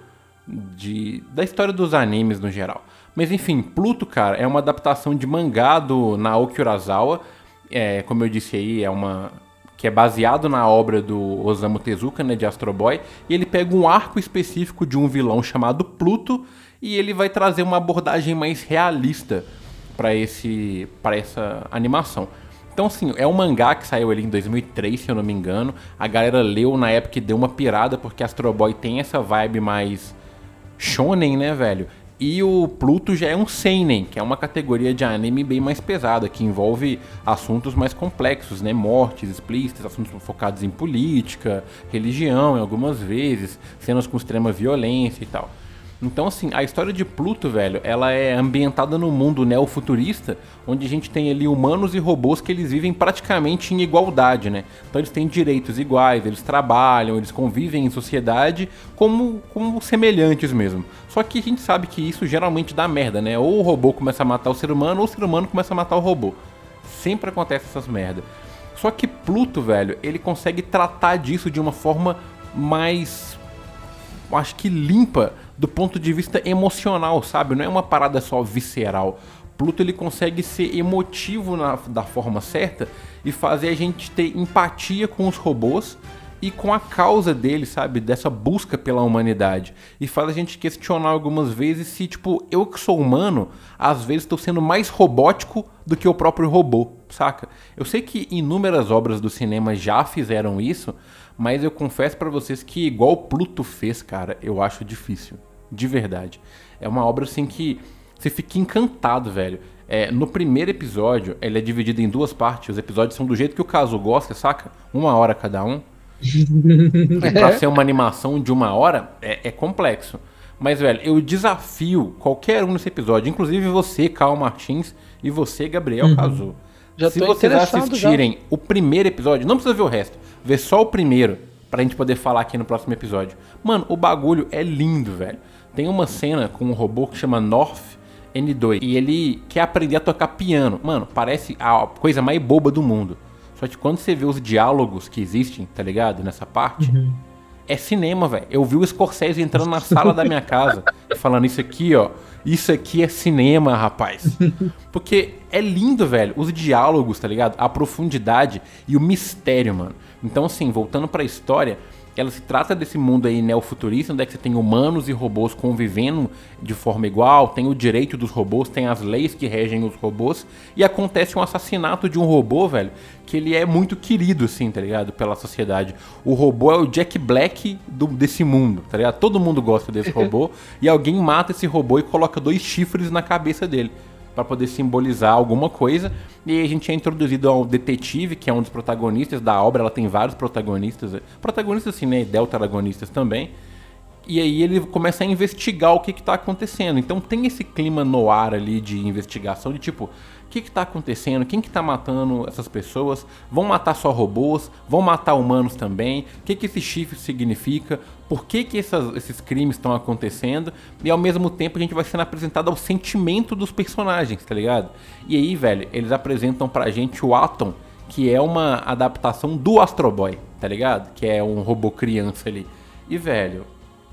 Speaker 1: da história dos animes no geral. Mas enfim, Pluto, cara, é uma adaptação de mangá do Naoki Urasawa. Como eu disse aí, que é baseado na obra do Osamu Tezuka, né, de Astro Boy, e ele pega um arco específico de um vilão chamado Pluto e ele vai trazer uma abordagem mais realista para essa animação. Então, assim, é um mangá que saiu ali em 2003, se eu não me engano. A galera leu na época e deu uma pirada, porque Astro Boy tem essa vibe mais shonen, né, velho? E o Pluto já é um seinen, que é uma categoria de anime bem mais pesada, que envolve assuntos mais complexos, né? Mortes explícitas, assuntos focados em política, religião, em algumas vezes, cenas com extrema violência e tal. Então, assim, a história de Pluto, velho, ela é ambientada no mundo neofuturista, onde a gente tem ali humanos e robôs que eles vivem praticamente em igualdade, né? Então eles têm direitos iguais, eles trabalham, eles convivem em sociedade como semelhantes mesmo. Só que a gente sabe que isso geralmente dá merda, né? Ou o robô começa a matar o ser humano, ou o ser humano começa a matar o robô. Sempre acontece essas merda. Só que Pluto, velho, ele consegue tratar disso de uma forma mais, acho que limpa, do ponto de vista emocional, sabe? Não é uma parada só visceral. Pluto, ele consegue ser emotivo da forma certa e fazer a gente ter empatia com os robôs e com a causa deles, sabe? Dessa busca pela humanidade. E faz a gente questionar algumas vezes se, tipo, eu que sou humano, às vezes estou sendo mais robótico do que o próprio robô, saca? Eu sei que inúmeras obras do cinema já fizeram isso, mas eu confesso pra vocês que igual Pluto fez, cara, eu acho difícil. De verdade. É uma obra, assim, que você fica encantado, velho. No primeiro episódio, ele é dividido em 2 partes. Os episódios são do jeito que o Caso gosta, saca? 1 hora cada um. E pra ser uma animação de 1 hora, é complexo. Mas, velho, eu desafio qualquer um nesse episódio, inclusive você, Karl Martins, e você, Gabriel Cazu. Se vocês assistirem o primeiro episódio, não precisa ver o resto, vê só o primeiro, pra gente poder falar aqui no próximo episódio. Mano, o bagulho é lindo, velho. Tem uma cena com um robô que chama North N2, e ele quer aprender a tocar piano. Mano, parece a coisa mais boba do mundo. Só que quando você vê os diálogos que existem, tá ligado? Nessa parte, é cinema, velho. Eu vi o Scorsese entrando na sala da minha casa falando isso aqui, ó. Isso aqui é cinema, rapaz. Porque é lindo, velho. Os diálogos, tá ligado? A profundidade e o mistério, mano. Então, assim, voltando pra história, ela se trata desse mundo aí neofuturista, onde é que você tem humanos e robôs convivendo de forma igual, tem o direito dos robôs, tem as leis que regem os robôs, e acontece um assassinato de um robô, velho, que ele é muito querido, assim, tá ligado? Pela sociedade. O robô é o Jack Black desse mundo, tá ligado? Todo mundo gosta desse robô, e alguém mata esse robô e coloca 2 chifres na cabeça dele, para poder simbolizar alguma coisa. E aí a gente é introduzido ao detetive, que é um dos protagonistas da obra. Ela tem vários protagonistas assim, né, delta-agonistas também. E aí ele começa a investigar o que tá acontecendo. Então tem esse clima no ar ali de investigação, de tipo, o que tá acontecendo, quem que tá matando essas pessoas, vão matar só robôs, vão matar humanos também, o que esse chifre significa, por que esses crimes estão acontecendo, e ao mesmo tempo a gente vai sendo apresentado ao sentimento dos personagens, tá ligado? E aí, velho, eles apresentam pra gente o Atom, que é uma adaptação do Astro Boy, tá ligado? Que é um robô criança ali. E, velho,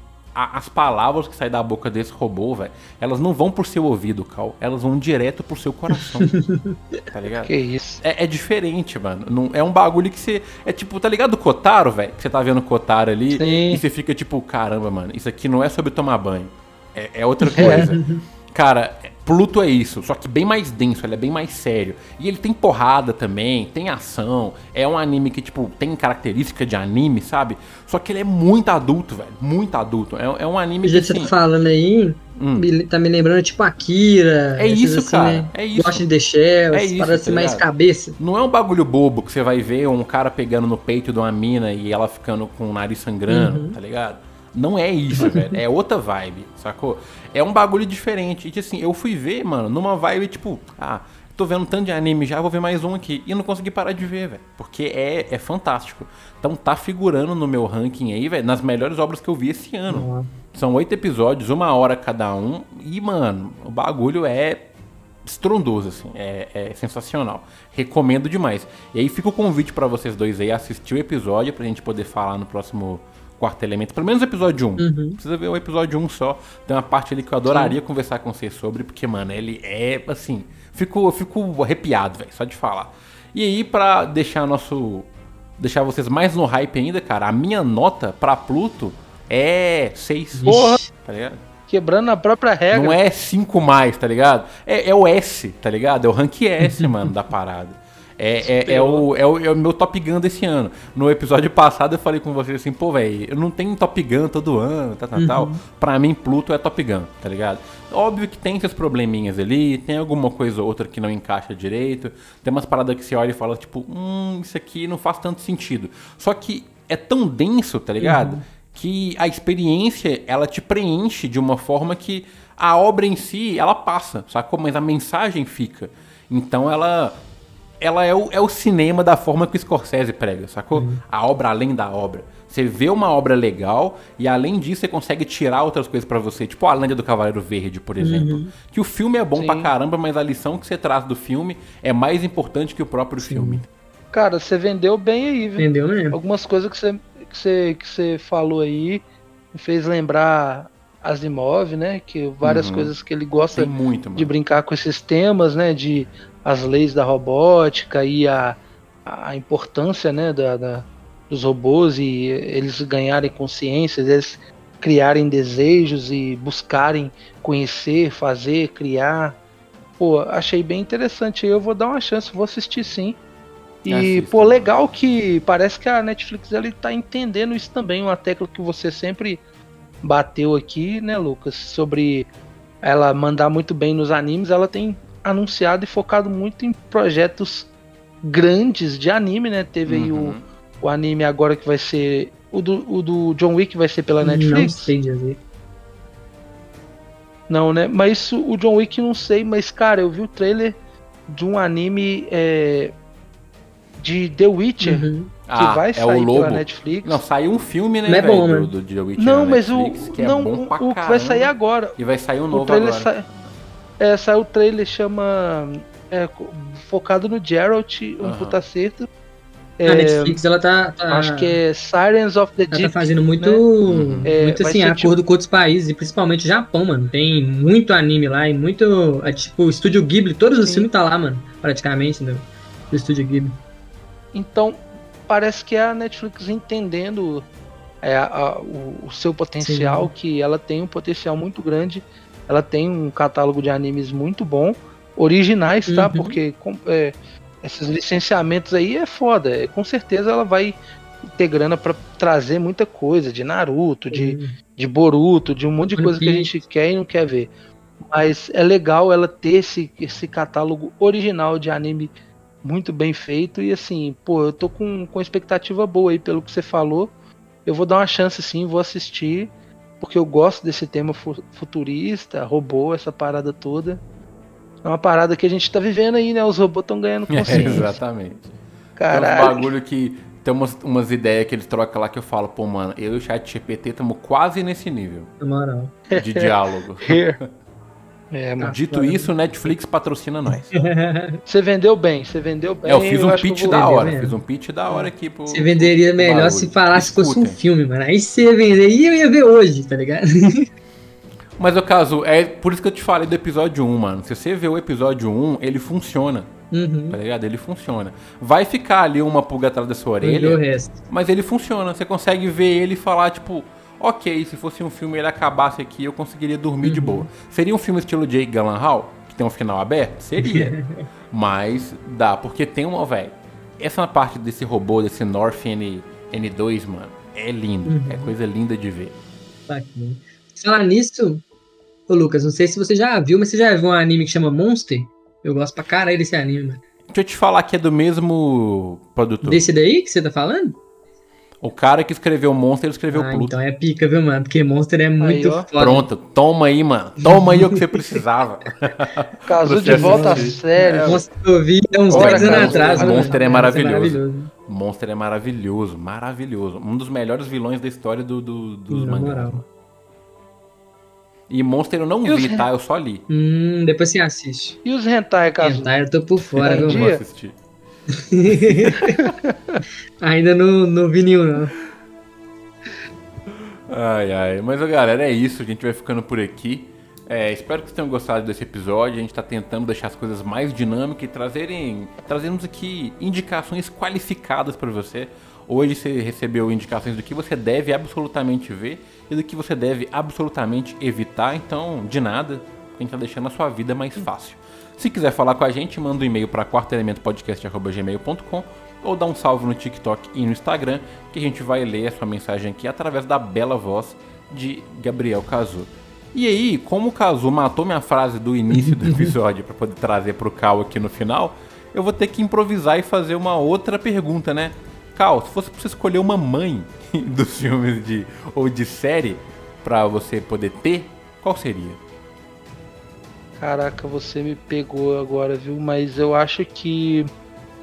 Speaker 1: as palavras que saem da boca desse robô, velho, elas não vão por seu ouvido, Cal. Elas vão direto pro seu coração. Tá ligado?
Speaker 3: Que isso?
Speaker 1: É diferente, mano. Não, é um bagulho que você... É tipo, tá ligado o Kotaro, velho? Que você tá vendo o Kotaro ali. Sim. E você fica tipo, caramba, mano, isso aqui não é sobre tomar banho. É outra coisa. Cara, Pluto é isso, só que bem mais denso, ele é bem mais sério. E ele tem porrada também, tem ação. É um anime que, tipo, tem característica de anime, sabe? Só que ele é muito adulto, velho. Muito adulto. É um anime
Speaker 2: que, assim... O jeito que você tá falando aí, tá me lembrando, tipo, Akira.
Speaker 1: É isso,
Speaker 2: assim,
Speaker 1: cara.
Speaker 2: Né?
Speaker 1: É isso.
Speaker 2: Ghost in the Shell,
Speaker 1: é isso,
Speaker 2: parece mais cabeça.
Speaker 1: Não é um bagulho bobo que você vai ver um cara pegando no peito de uma mina e ela ficando com o nariz sangrando, tá ligado? Não é isso, velho. É outra vibe, sacou? É um bagulho diferente. E assim, eu fui ver, mano, numa vibe tipo... tô vendo tanto de anime já, vou ver mais um aqui. E não consegui parar de ver, velho. Porque é fantástico. Então tá figurando no meu ranking aí, velho, nas melhores obras que eu vi esse ano. São 8 episódios, 1 hora cada um. E, mano, o bagulho é estrondoso, assim. É sensacional. Recomendo demais. E aí fica o convite pra vocês dois aí assistir o episódio pra gente poder falar no próximo... Quarto Elemento, pelo menos o episódio 1. Precisa ver o episódio 1 só. Tem uma parte ali que eu adoraria conversar com vocês sobre, porque, mano, ele é, assim... Eu fico arrepiado, velho, só de falar. E aí, pra deixar vocês mais no hype ainda, cara, a minha nota pra Pluto é 6.
Speaker 3: Porra!
Speaker 1: Tá ligado?
Speaker 3: Quebrando a própria regra.
Speaker 1: Não é 5 mais, tá ligado? É o S, tá ligado? É o rank S, mano, da parada. É o meu Top Gun desse ano. No episódio passado eu falei com vocês assim, pô, velho, eu não tenho Top Gun todo ano, tal. Pra mim, Pluto é Top Gun, tá ligado? Óbvio que tem seus probleminhas ali, tem alguma coisa ou outra que não encaixa direito, tem umas paradas que você olha e fala, tipo, isso aqui não faz tanto sentido. Só que é tão denso, tá ligado? Que a experiência, ela te preenche de uma forma que a obra em si, ela passa, sacou? Mas a mensagem fica. Então ela ela é o cinema da forma que o Scorsese prega, sacou? A obra além da obra. Você vê uma obra legal e além disso você consegue tirar outras coisas pra você, tipo a Lândia do Cavaleiro Verde, por exemplo. Que o filme é bom pra caramba, mas a lição que você traz do filme é mais importante que o próprio filme.
Speaker 3: Cara, você vendeu bem aí, viu?
Speaker 2: Vendeu mesmo.
Speaker 3: Algumas coisas que você falou aí me fez lembrar Asimov, né? Que várias coisas que ele gosta de brincar com esses temas, né? De as leis da robótica e a importância, né? Dos robôs e eles ganharem consciência, eles criarem desejos e buscarem conhecer, fazer, criar. Pô, achei bem interessante. Eu vou dar uma chance, vou assistir sim. E, pô, legal que parece que a Netflix ela tá entendendo isso também, uma tecla que você sempre bateu aqui, né, Lucas, sobre ela mandar muito bem nos animes. Ela tem anunciado e focado muito em projetos grandes de anime, né? Teve aí o anime agora que vai ser o do John Wick, vai ser pela Netflix.
Speaker 2: Não sei dizer.
Speaker 3: Não, né? Mas o John Wick não sei, mas cara, eu vi o trailer de um anime de The Witcher, que vai sair pela Netflix.
Speaker 1: Não, saiu um filme, né,
Speaker 2: não é bom, né?
Speaker 1: do The Witcher
Speaker 3: não,
Speaker 1: na
Speaker 3: mas
Speaker 1: Netflix, que é bom pra
Speaker 3: o que vai sair agora.
Speaker 1: E vai sair um novo agora.
Speaker 3: Saiu o trailer, chama focado no Geralt, um puta acerto.
Speaker 2: A Netflix, ela tá...
Speaker 3: Acho que é Sirens of the Deep.
Speaker 2: Ela tá fazendo muito,
Speaker 3: né?
Speaker 2: muito assim, acordo com outros países, e principalmente o Japão, mano. Tem muito anime lá e muito... tipo, o Estúdio Ghibli, todos os filmes tá lá, mano, praticamente, do Estúdio Ghibli.
Speaker 3: Então, parece que é a Netflix entendendo o seu potencial, que ela tem um potencial muito grande. Ela tem um catálogo de animes muito bom, originais, tá? Porque esses licenciamentos aí é foda. Com certeza ela vai ter grana pra trazer muita coisa, de Naruto, de Boruto, de um monte de coisa que a gente quer e não quer ver. Mas é legal ela ter esse catálogo original de anime muito bem feito. E assim, pô, eu tô com expectativa boa aí pelo que você falou. Eu vou dar uma chance sim, vou assistir, porque eu gosto desse tema futurista, robô, essa parada toda. É uma parada que a gente tá vivendo aí, né? Os robôs estão ganhando consciência.
Speaker 1: Exatamente.
Speaker 3: Caralho.
Speaker 1: Tem uns bagulho que... Tem umas ideias que eles trocam lá que eu falo, pô, mano, eu e o ChatGPT estamos quase nesse nível de diálogo. Dito isso, Netflix patrocina nós.
Speaker 3: Você vendeu bem.
Speaker 1: Eu fiz um pitch da hora. Fiz um pitch da hora aqui pro...
Speaker 2: Você venderia melhor se falasse que fosse um filme, mano. Aí você venderia e eu ia ver hoje, tá ligado?
Speaker 1: Mas o caso, é por isso que eu te falei do episódio 1, mano. Se você ver o episódio 1, ele funciona. Tá ligado? Ele funciona. Vai ficar ali uma pulga atrás da sua orelha, mas ele funciona. Você consegue ver ele e falar, tipo, ok, se fosse um filme e ele acabasse aqui, eu conseguiria dormir de boa. Seria um filme estilo Jake Gyllenhaal, que tem um final aberto? Seria. Mas dá, porque tem uma, velho. Essa parte desse robô, desse North N2, mano, é lindo. É coisa linda de ver.
Speaker 2: Bacana. Falar nisso, ô Lucas, não sei se você já viu, mas você já viu um anime que chama Monster? Eu gosto pra caralho desse anime, mano.
Speaker 1: Deixa eu te falar que é do mesmo produtor.
Speaker 2: Desse daí que você tá falando?
Speaker 1: O cara que escreveu Monster, ele escreveu Pluto.
Speaker 2: Então é pica, viu, mano? Porque Monster é muito foda.
Speaker 1: Pronto, toma aí, mano. Toma aí o que você precisava.
Speaker 3: Casou de volta a sério.
Speaker 2: Monster eu vi há uns 10 anos atrás.
Speaker 1: Monster é maravilhoso. Monster é maravilhoso, maravilhoso. Um dos melhores vilões da história dos mangás. E Monster eu não vi, tá? Eu só li.
Speaker 2: Depois você assiste.
Speaker 3: E os hentai, Caso?
Speaker 2: Hentai eu tô por fora, viu?
Speaker 1: Eu vou assistir.
Speaker 2: Ainda não vi nenhum, não.
Speaker 1: Ai. Mas, galera, é isso. A gente vai ficando por aqui. Espero que vocês tenham gostado desse episódio. A gente tá tentando deixar as coisas mais dinâmicas e trazermos aqui indicações qualificadas para você. Hoje você recebeu indicações do que você deve absolutamente ver e do que você deve absolutamente evitar. Então, de nada, a gente tá deixando a sua vida mais fácil. Se quiser falar com a gente, manda um e-mail para quartoelementopodcast@gmail.com ou dá um salve no TikTok e no Instagram, que a gente vai ler a sua mensagem aqui através da bela voz de Gabriel Cazu. E aí, como o Cazu matou minha frase do início do episódio para poder trazer pro Cal aqui no final, eu vou ter que improvisar e fazer uma outra pergunta, né? Cal, se fosse pra você escolher uma mãe dos filmes ou de série pra você poder ter, qual seria?
Speaker 3: Caraca, você me pegou agora, viu? Mas eu acho que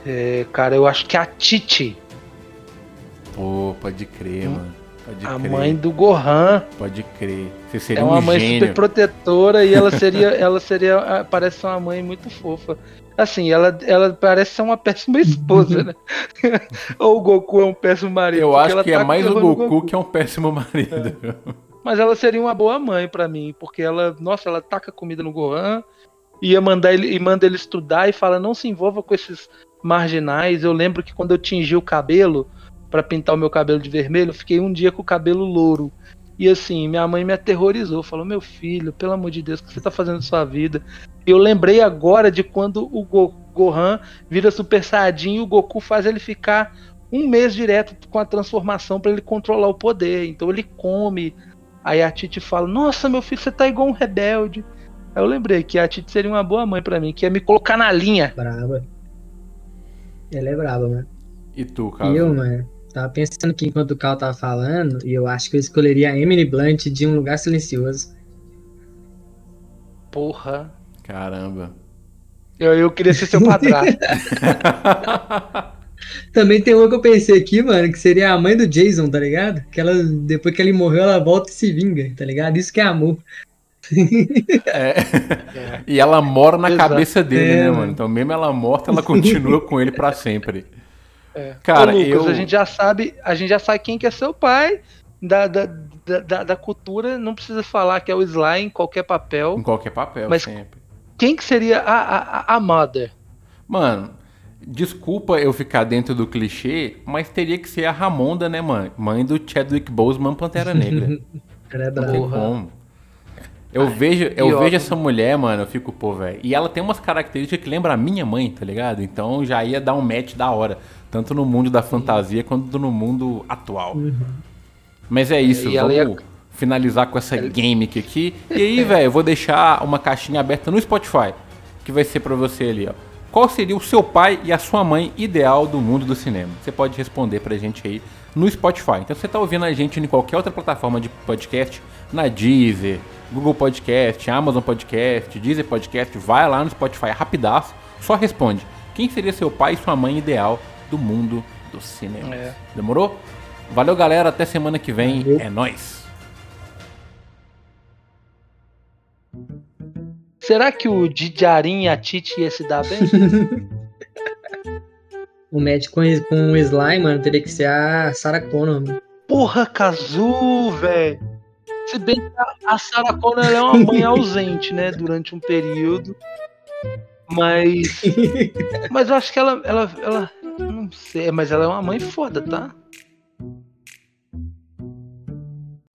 Speaker 3: Cara, eu acho que a Titi.
Speaker 1: Pô, pode crer, mano. Pode
Speaker 3: a
Speaker 1: crer.
Speaker 3: mãe do Gohan.
Speaker 1: Pode crer. Você seria
Speaker 3: É uma
Speaker 1: um
Speaker 3: mãe
Speaker 1: gênio.
Speaker 3: super protetora e ela seria, parece uma mãe muito fofa. Assim, ela parece ser uma péssima esposa, né? Ou o Goku é um péssimo marido.
Speaker 1: Eu
Speaker 3: porque
Speaker 1: acho
Speaker 3: ela
Speaker 1: que é
Speaker 3: tá
Speaker 1: mais o
Speaker 3: com terror no
Speaker 1: Goku que é um péssimo marido.
Speaker 3: Mas ela seria uma boa mãe pra mim, porque ela taca comida no Gohan, manda ele estudar e fala, não se envolva com esses marginais. Eu lembro que quando eu tingi o cabelo pra pintar o meu cabelo de vermelho, eu fiquei um dia com o cabelo louro. E assim, minha mãe me aterrorizou, falou, meu filho, pelo amor de Deus, o que você tá fazendo na sua vida? E eu lembrei agora de quando o Gohan vira Super Saiyajin e o Goku faz ele ficar um mês direto com a transformação pra ele controlar o poder. Então ele come. Aí a Titi fala, nossa, meu filho, você tá igual um rebelde. Aí eu lembrei que a Titi seria uma boa mãe pra mim, que ia me colocar na linha.
Speaker 2: Braba. Ela é braba, mano.
Speaker 1: E tu,
Speaker 2: E eu,
Speaker 1: Caso?
Speaker 2: mano, tava pensando que enquanto o Cal tava falando, e eu acho que eu escolheria a Emily Blunt de Um Lugar Silencioso.
Speaker 3: Porra.
Speaker 1: Caramba.
Speaker 3: Eu queria ser seu padrasto.
Speaker 2: Também tem uma que eu pensei aqui, mano, que seria a mãe do Jason, tá ligado? Que ela, depois que ele morreu, ela volta e se vinga, tá ligado? Isso que é amor.
Speaker 1: É. E ela mora na
Speaker 3: Exato.
Speaker 1: cabeça dele, né, mano? Então, mesmo ela morta, ela continua com ele pra sempre. Cara,
Speaker 3: Ô, Lucas,
Speaker 1: eu.
Speaker 3: a gente já sabe quem que é seu pai. Da cultura, não precisa falar que é o Sly em qualquer papel.
Speaker 1: Em qualquer papel,
Speaker 3: Mas
Speaker 1: sempre.
Speaker 3: quem que seria a Mother?
Speaker 1: Mano, desculpa eu ficar dentro do clichê, mas teria que ser a Ramonda, né, mãe? Mãe do Chadwick Boseman, Pantera Negra.
Speaker 2: Ela é
Speaker 1: Não tem
Speaker 2: braba.
Speaker 1: como. Eu vejo essa mulher, mano, eu fico, pô, velho. E ela tem umas características que lembram a minha mãe, tá ligado? Então já ia dar um match da hora. Tanto no mundo da fantasia quanto no mundo atual. Mas é isso,
Speaker 3: e ela
Speaker 1: vamos finalizar com essa gimmick aqui. E aí, velho, eu vou deixar uma caixinha aberta no Spotify, que vai ser pra você ali, ó. Qual seria o seu pai e a sua mãe ideal do mundo do cinema? Você pode responder pra gente aí no Spotify. Então, se você tá ouvindo a gente em qualquer outra plataforma de podcast, na Deezer, Google Podcast, Amazon Podcast, Deezer Podcast, vai lá no Spotify rapidaço, só responde. Quem seria seu pai e sua mãe ideal do mundo do cinema? Demorou? Valeu, galera. Até semana que vem.
Speaker 2: Valeu.
Speaker 1: É nóis.
Speaker 3: Será que o Dijarin e a Titi ia se dar bem?
Speaker 2: O médico com o Sly, mano, teria que ser a Sarah Connor, mano.
Speaker 3: Porra, Kazu, velho. Se bem que a Sarah Connor ela é uma mãe ausente, né? Durante um período. Mas eu acho que ela não sei, mas ela é uma mãe foda, tá?